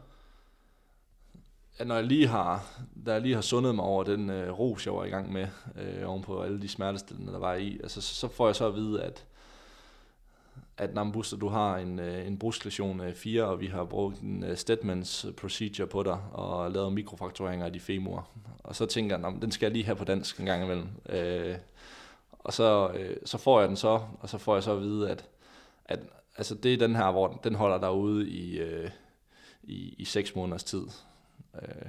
Ja, når jeg lige har, da jeg lige har sundet mig over den øh, ros, jeg var i gang med, øh, ovenpå alle de smertestillende, der var i, altså, så, så får jeg så at vide, at at Nambuster, du har en, en brusklæsion af fire, og vi har brugt en Stedmans procedure på dig, og lavet mikrofraktureringer af de femur. Og så tænker jeg, den skal jeg lige have på dansk en gang imellem. Øh, og så, øh, så får jeg den så, og så får jeg så at vide, at, at altså det er den her, hvor den holder derude i, øh, i, i seks måneders tid. Øh,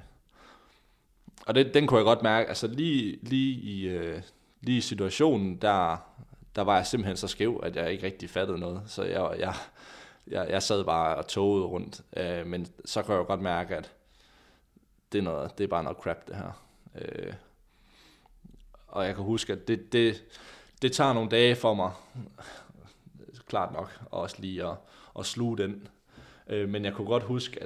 og det, den kunne jeg godt mærke, altså lige, lige, i, øh, lige i situationen, der... der var jeg simpelthen så skæv, at jeg ikke rigtig fattede noget. Så jeg, jeg, jeg, jeg sad bare og togede rundt. Øh, men så kan jeg jo godt mærke, at det er, noget, det er bare noget crap, det her. Øh, og jeg kan huske, at det, det, det tager nogle dage for mig, klart nok, også lige at, at sluge den. Øh, men jeg kunne godt huske, at,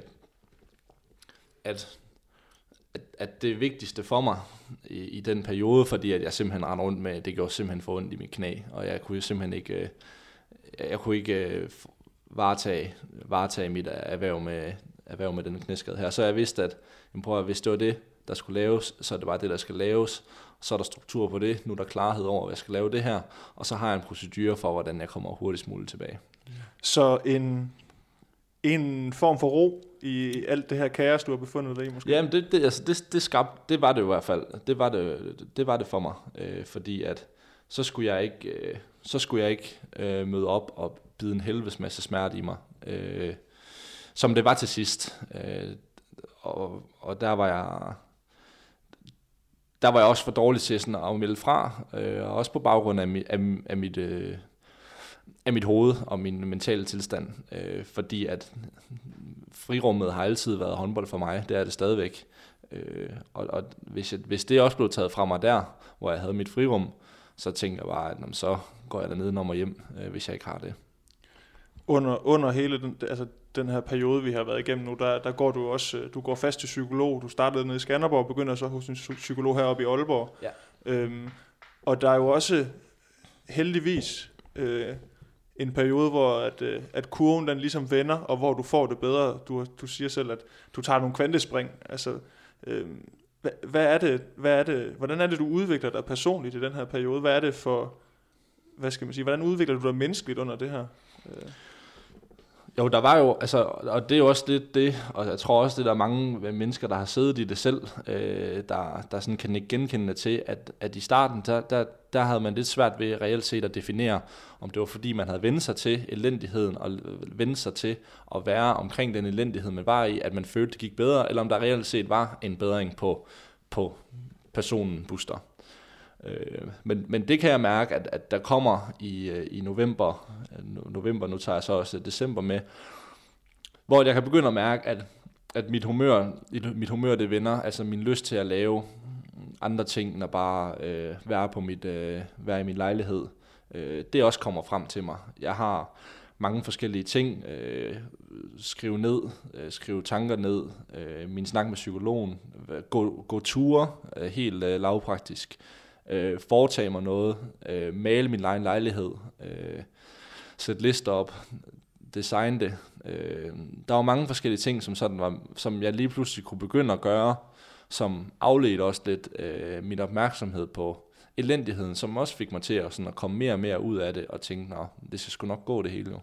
at At, at det vigtigste for mig i, i den periode, fordi at jeg simpelthen rendte rundt med, det gjorde simpelthen for ondt i mit knæ, og jeg kunne simpelthen ikke, jeg kunne ikke varetage, varetage mit erhverv med, erhverv med den knæskade her. Så jeg vidste, at prøv, hvis det var det, der skulle laves, så er det bare det, der skal laves. Så er der struktur på det, nu er der klarhed over, at jeg skal lave det her, og så har jeg en procedure for, hvordan jeg kommer hurtigst muligt tilbage. Så en... en form for ro i alt det her kaos, du har befundet dig i, måske? Jamen, det, det, altså, det, det, skabte, det var det i hvert fald. Det var det, det, var det for mig. Øh, fordi at så skulle jeg ikke, øh, så skulle jeg ikke øh, møde op og bide en helvedes masse smerte i mig. Øh, som det var til sidst. Øh, og, og der var jeg... Der var jeg også for dårlig til sådan at melde fra. Øh, og også på baggrund af, mi, af, af mit... Øh, af mit hoved og min mentale tilstand, øh, fordi at frirummet har altid været håndbold for mig, det er det stadigvæk. Øh, og og hvis, jeg, hvis det også blev taget fra mig der, hvor jeg havde mit frirum, så tænker jeg bare, at jamen, så går jeg dernede om og hjem, øh, hvis jeg ikke har det. Under, under hele den, altså den her periode, vi har været igennem nu, der, der går du også, du går fast til psykolog. Du startede nede i Skanderborg og begynder så hos en psykolog heroppe i Aalborg. Ja. Øhm, og der er jo også heldigvis øh, en periode, hvor at, øh, at kurven den ligesom vender, og hvor du får det bedre. Du, du siger selv, at du tager nogle kvantespring. Altså, øh, hvad, hvad er det, hvad er det, hvordan er det, du udvikler dig personligt i den her periode? Hvad er det for, hvad skal man sige, hvordan udvikler du dig menneskeligt under det her? Øh. Jo, der var jo, altså, og det er jo også lidt det, og jeg tror også, det der er mange mennesker, der har siddet i det selv, øh, der, der sådan kan ikke genkende det til, at, at i starten, der, der, der havde man lidt svært ved reelt set at definere, om det var fordi, man havde vendt sig til elendigheden, og vendt sig til at være omkring den elendighed, man var i, at man følte, det gik bedre, eller om der reelt set var en bedring på, på personen Buster. Men, men det kan jeg mærke, at, at der kommer i, i november, november, nu tager jeg så også december med, hvor jeg kan begynde at mærke, at, at mit humør, mit humør det vender, altså min lyst til at lave andre ting, end at bare øh, være, på mit, øh, være i min lejlighed, øh, det også kommer frem til mig. Jeg har mange forskellige ting, øh, skrive ned, øh, skrive tanker ned, øh, min snak med psykologen, gå, gå ture, øh, helt øh, lavpraktisk, Øh, foretage mig noget, øh, male min egen lejlighed, øh, sætte lister op, designe det. Øh, der var mange forskellige ting, som, sådan var, som jeg lige pludselig kunne begynde at gøre, som afledte også lidt øh, min opmærksomhed på elendigheden, som også fik mig til at, sådan, at komme mere og mere ud af det, og tænke, nå, det skal sgu nok gå det hele jo.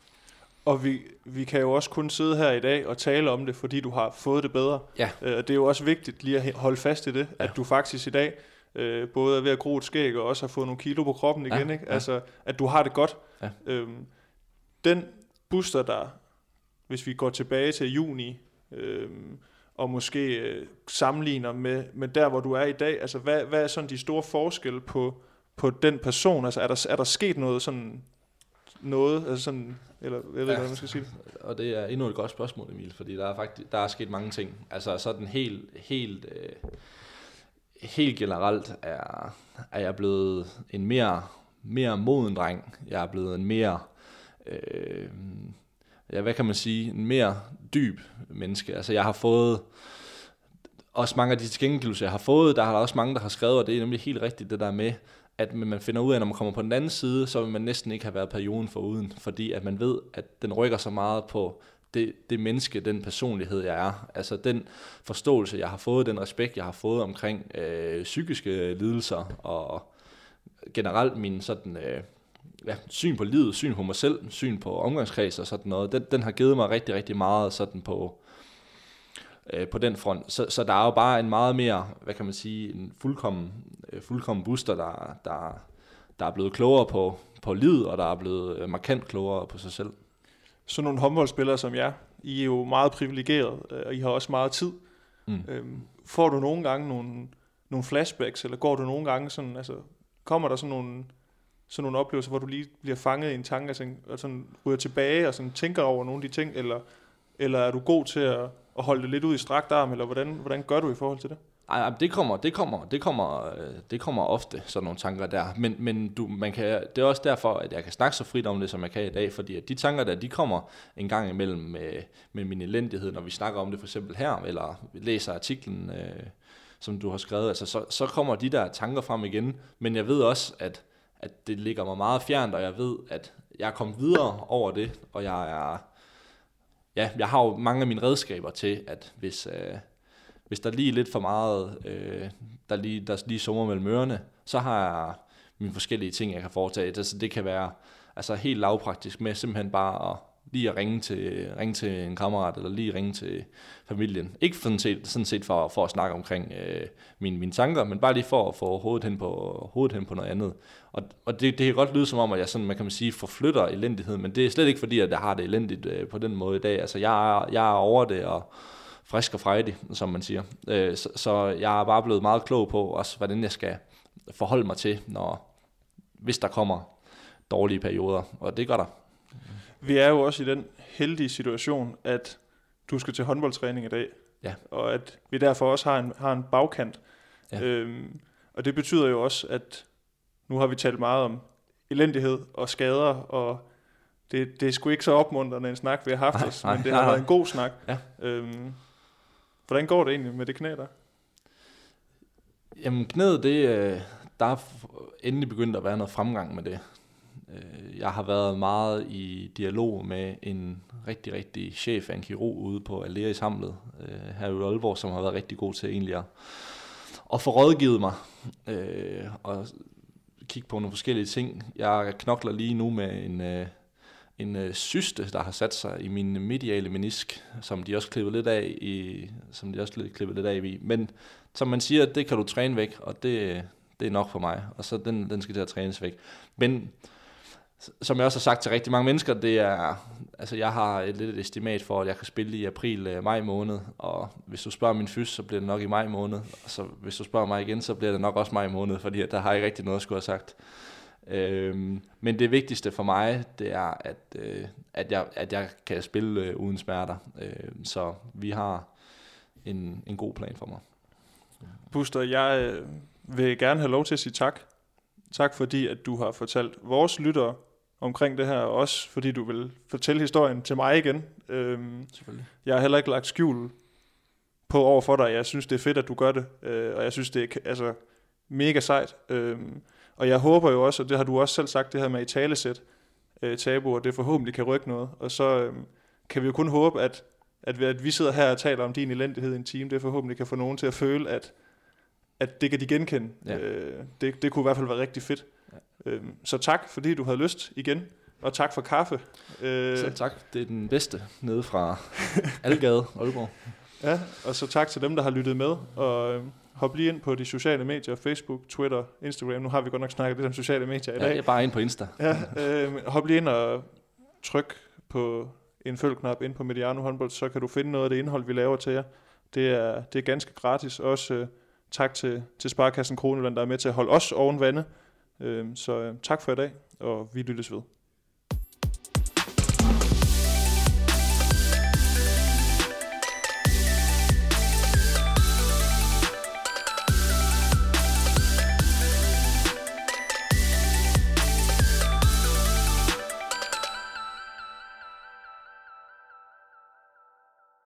Og vi, vi kan jo også kun sidde her i dag og tale om det, fordi du har fået det bedre. Ja. Øh, det er jo også vigtigt lige at holde fast i det, ja. at du faktisk i dag Øh, både er ved at gro et skæg og også har fået nogle kilo på kroppen igen, ja, ikke? Ja. Altså, at du har det godt. Ja. Øhm, den Buster der, hvis vi går tilbage til juni, øhm, og måske øh, sammenligner med, med der, hvor du er i dag, altså hvad, hvad er sådan de store forskelle på, på den person? Altså er der, er der sket noget sådan, noget, altså sådan, eller jeg ved ikke, ja. hvad man skal sige. Og det er endnu et godt spørgsmål, Emil, fordi der er faktisk, der er sket mange ting. Altså sådan helt, helt... Øh Helt generelt er, er jeg blevet en mere, mere moden dreng. Jeg er blevet en mere, øh, ja, hvad kan man sige, en mere dyb menneske. Altså jeg har fået, også mange af de tilkendegivelser, jeg har fået, der har der også mange, der har skrevet, og det er nemlig helt rigtigt det der med, at man finder ud af, når man kommer på den anden side, så vil man næsten ikke have været perioden foruden, fordi at man ved, at den rykker så meget på Det, det menneske, den personlighed, jeg er. Altså den forståelse, jeg har fået, den respekt, jeg har fået omkring øh, psykiske lidelser, og generelt min sådan, øh, ja, syn på livet, syn på mig selv, syn på omgangskreds og sådan noget, den, den har givet mig rigtig, rigtig meget sådan på, øh, på den front. Så, så der er jo bare en meget mere, hvad kan man sige, en fuldkommen, øh, fuldkommen Buster, der, der, der er blevet klogere på, på livet, og der er blevet markant klogere på sig selv. Sådan nogle håndboldspillere som jer, I er jo meget privilegeret, og I har også meget tid. Mm. Øhm, får du nogle gange nogle, nogle flashbacks, eller går du nogle gange sådan, altså kommer der sådan nogle, sådan nogle oplevelser, hvor du lige bliver fanget i en tanke, og sådan, og sådan ryger tilbage og sådan tænker over nogle af de ting, eller, eller er du god til at, at holde det lidt ud i strakt arm, eller hvordan, hvordan gør du i forhold til det? Ej, det kommer, det kommer, det kommer, det kommer ofte, sådan nogle tanker der. Men, men du, man kan, det er også derfor, at jeg kan snakke så frit om det, som jeg kan i dag, fordi at de tanker der, de kommer en gang imellem med, med min elendighed, når vi snakker om det for eksempel her, eller læser artiklen, øh, som du har skrevet. Altså, så, så kommer de der tanker frem igen. Men jeg ved også, at, at det ligger mig meget fjernt, og jeg ved, at jeg er kommet videre over det, og jeg er, ja, jeg har jo mange af mine redskaber til, at hvis øh, Hvis der lige er lidt for meget, øh, der, lige, der lige summer mellem ørerne, så har jeg mine forskellige ting, jeg kan foretage. Altså, det kan være altså, helt lavpraktisk med simpelthen bare at lige at ringe til, ringe til en kammerat, eller lige ringe til familien. Ikke sådan set, sådan set for, for at snakke omkring øh, mine, mine tanker, men bare lige for at få hovedet hen på, hovedet hen på noget andet. Og, og det, det kan godt lyde som om, at jeg sådan, man kan sige, forflytter elendigheden, men det er slet ikke fordi, at jeg har det elendigt øh, på den måde i dag. Altså, jeg er, jeg er over det, og frisk og frejdig, som man siger. Øh, så, så jeg er bare blevet meget klog på, også hvordan jeg skal forholde mig til, når, hvis der kommer dårlige perioder, og det gør der. Vi er jo også i den heldige situation, at du skal til håndboldtræning i dag, ja. og at vi derfor også har en, har en bagkant. Ja. Øhm, og det betyder jo også, at nu har vi talt meget om elendighed og skader, og det, det er sgu ikke så opmuntrende en snak, vi har haft os, men det har nej, været en god snak. Ja. Øhm, hvordan går det egentlig med det knæ der? Jamen knæet, det, der er endelig begyndt at være noget fremgang med det. Jeg har været meget i dialog med en rigtig, rigtig chef af en kirurg ude på Aleris Hamlet, her i Aalborg, som har været rigtig god til egentlig at, at få rådgivet mig og kigge på nogle forskellige ting. Jeg knokler lige nu med en, en cyste, der har sat sig i min mediale menisk, som de også klippet lidt af i, som de også klippet lidt af i. Men som man siger, det kan du træne væk, og det, det er nok for mig. Og så den, den skal til at trænes væk. Men som jeg også har sagt til rigtig mange mennesker, det er, altså jeg har et lidt et estimat for, at jeg kan spille i april-maj måned, og hvis du spørger min fys, så bliver det nok i maj måned, og så hvis du spørger mig igen, så bliver det nok også maj måned, fordi der har jeg ikke rigtig noget at skulle have sagt. Øhm, men det vigtigste for mig, det er, at, øh, at, jeg, at jeg kan spille øh, uden smerter, øh, så vi har en, en god plan for mig. Buster, jeg øh, vil gerne have lov til at sige tak. Tak fordi, at du har fortalt vores lyttere omkring det her, og også fordi du vil fortælle historien til mig igen. Øhm, Selvfølgelig. Jeg har heller ikke lagt skjul på over for dig. Jeg synes, det er fedt, at du gør det, øh, og jeg synes, det er altså, mega sejt. Øhm, og jeg håber jo også, og det har du også selv sagt, det her med i talesæt øh, tabuer, det forhåbentlig kan rykke noget. Og så øh, kan vi jo kun håbe, at, at, at vi sidder her og taler om din elendighed i en time, det forhåbentlig kan få nogen til at føle, at at det kan de genkende. Ja. Øh, det, det kunne i hvert fald være rigtig fedt. Ja. Øh, så tak, fordi du havde lyst igen, og tak for kaffe. Øh, Selv tak. Det er den bedste nede fra Algade, Aalborg. Ja, og så tak til dem, der har lyttet med, og øh, hop lige ind på de sociale medier, Facebook, Twitter, Instagram. Nu har vi godt nok snakket lidt om sociale medier i dag. Ja, jeg er bare ind på Insta. Ja, øh, hop lige ind og tryk på en følgknap ind på Mediano Håndbold, så kan du finde noget af det indhold, vi laver til jer. Det er, det er ganske gratis. Også øh, tak til, til Sparekassen Kronjylland, der er med til at holde os oven vande. Øh, så øh, tak for i dag, og vi lyttes ved.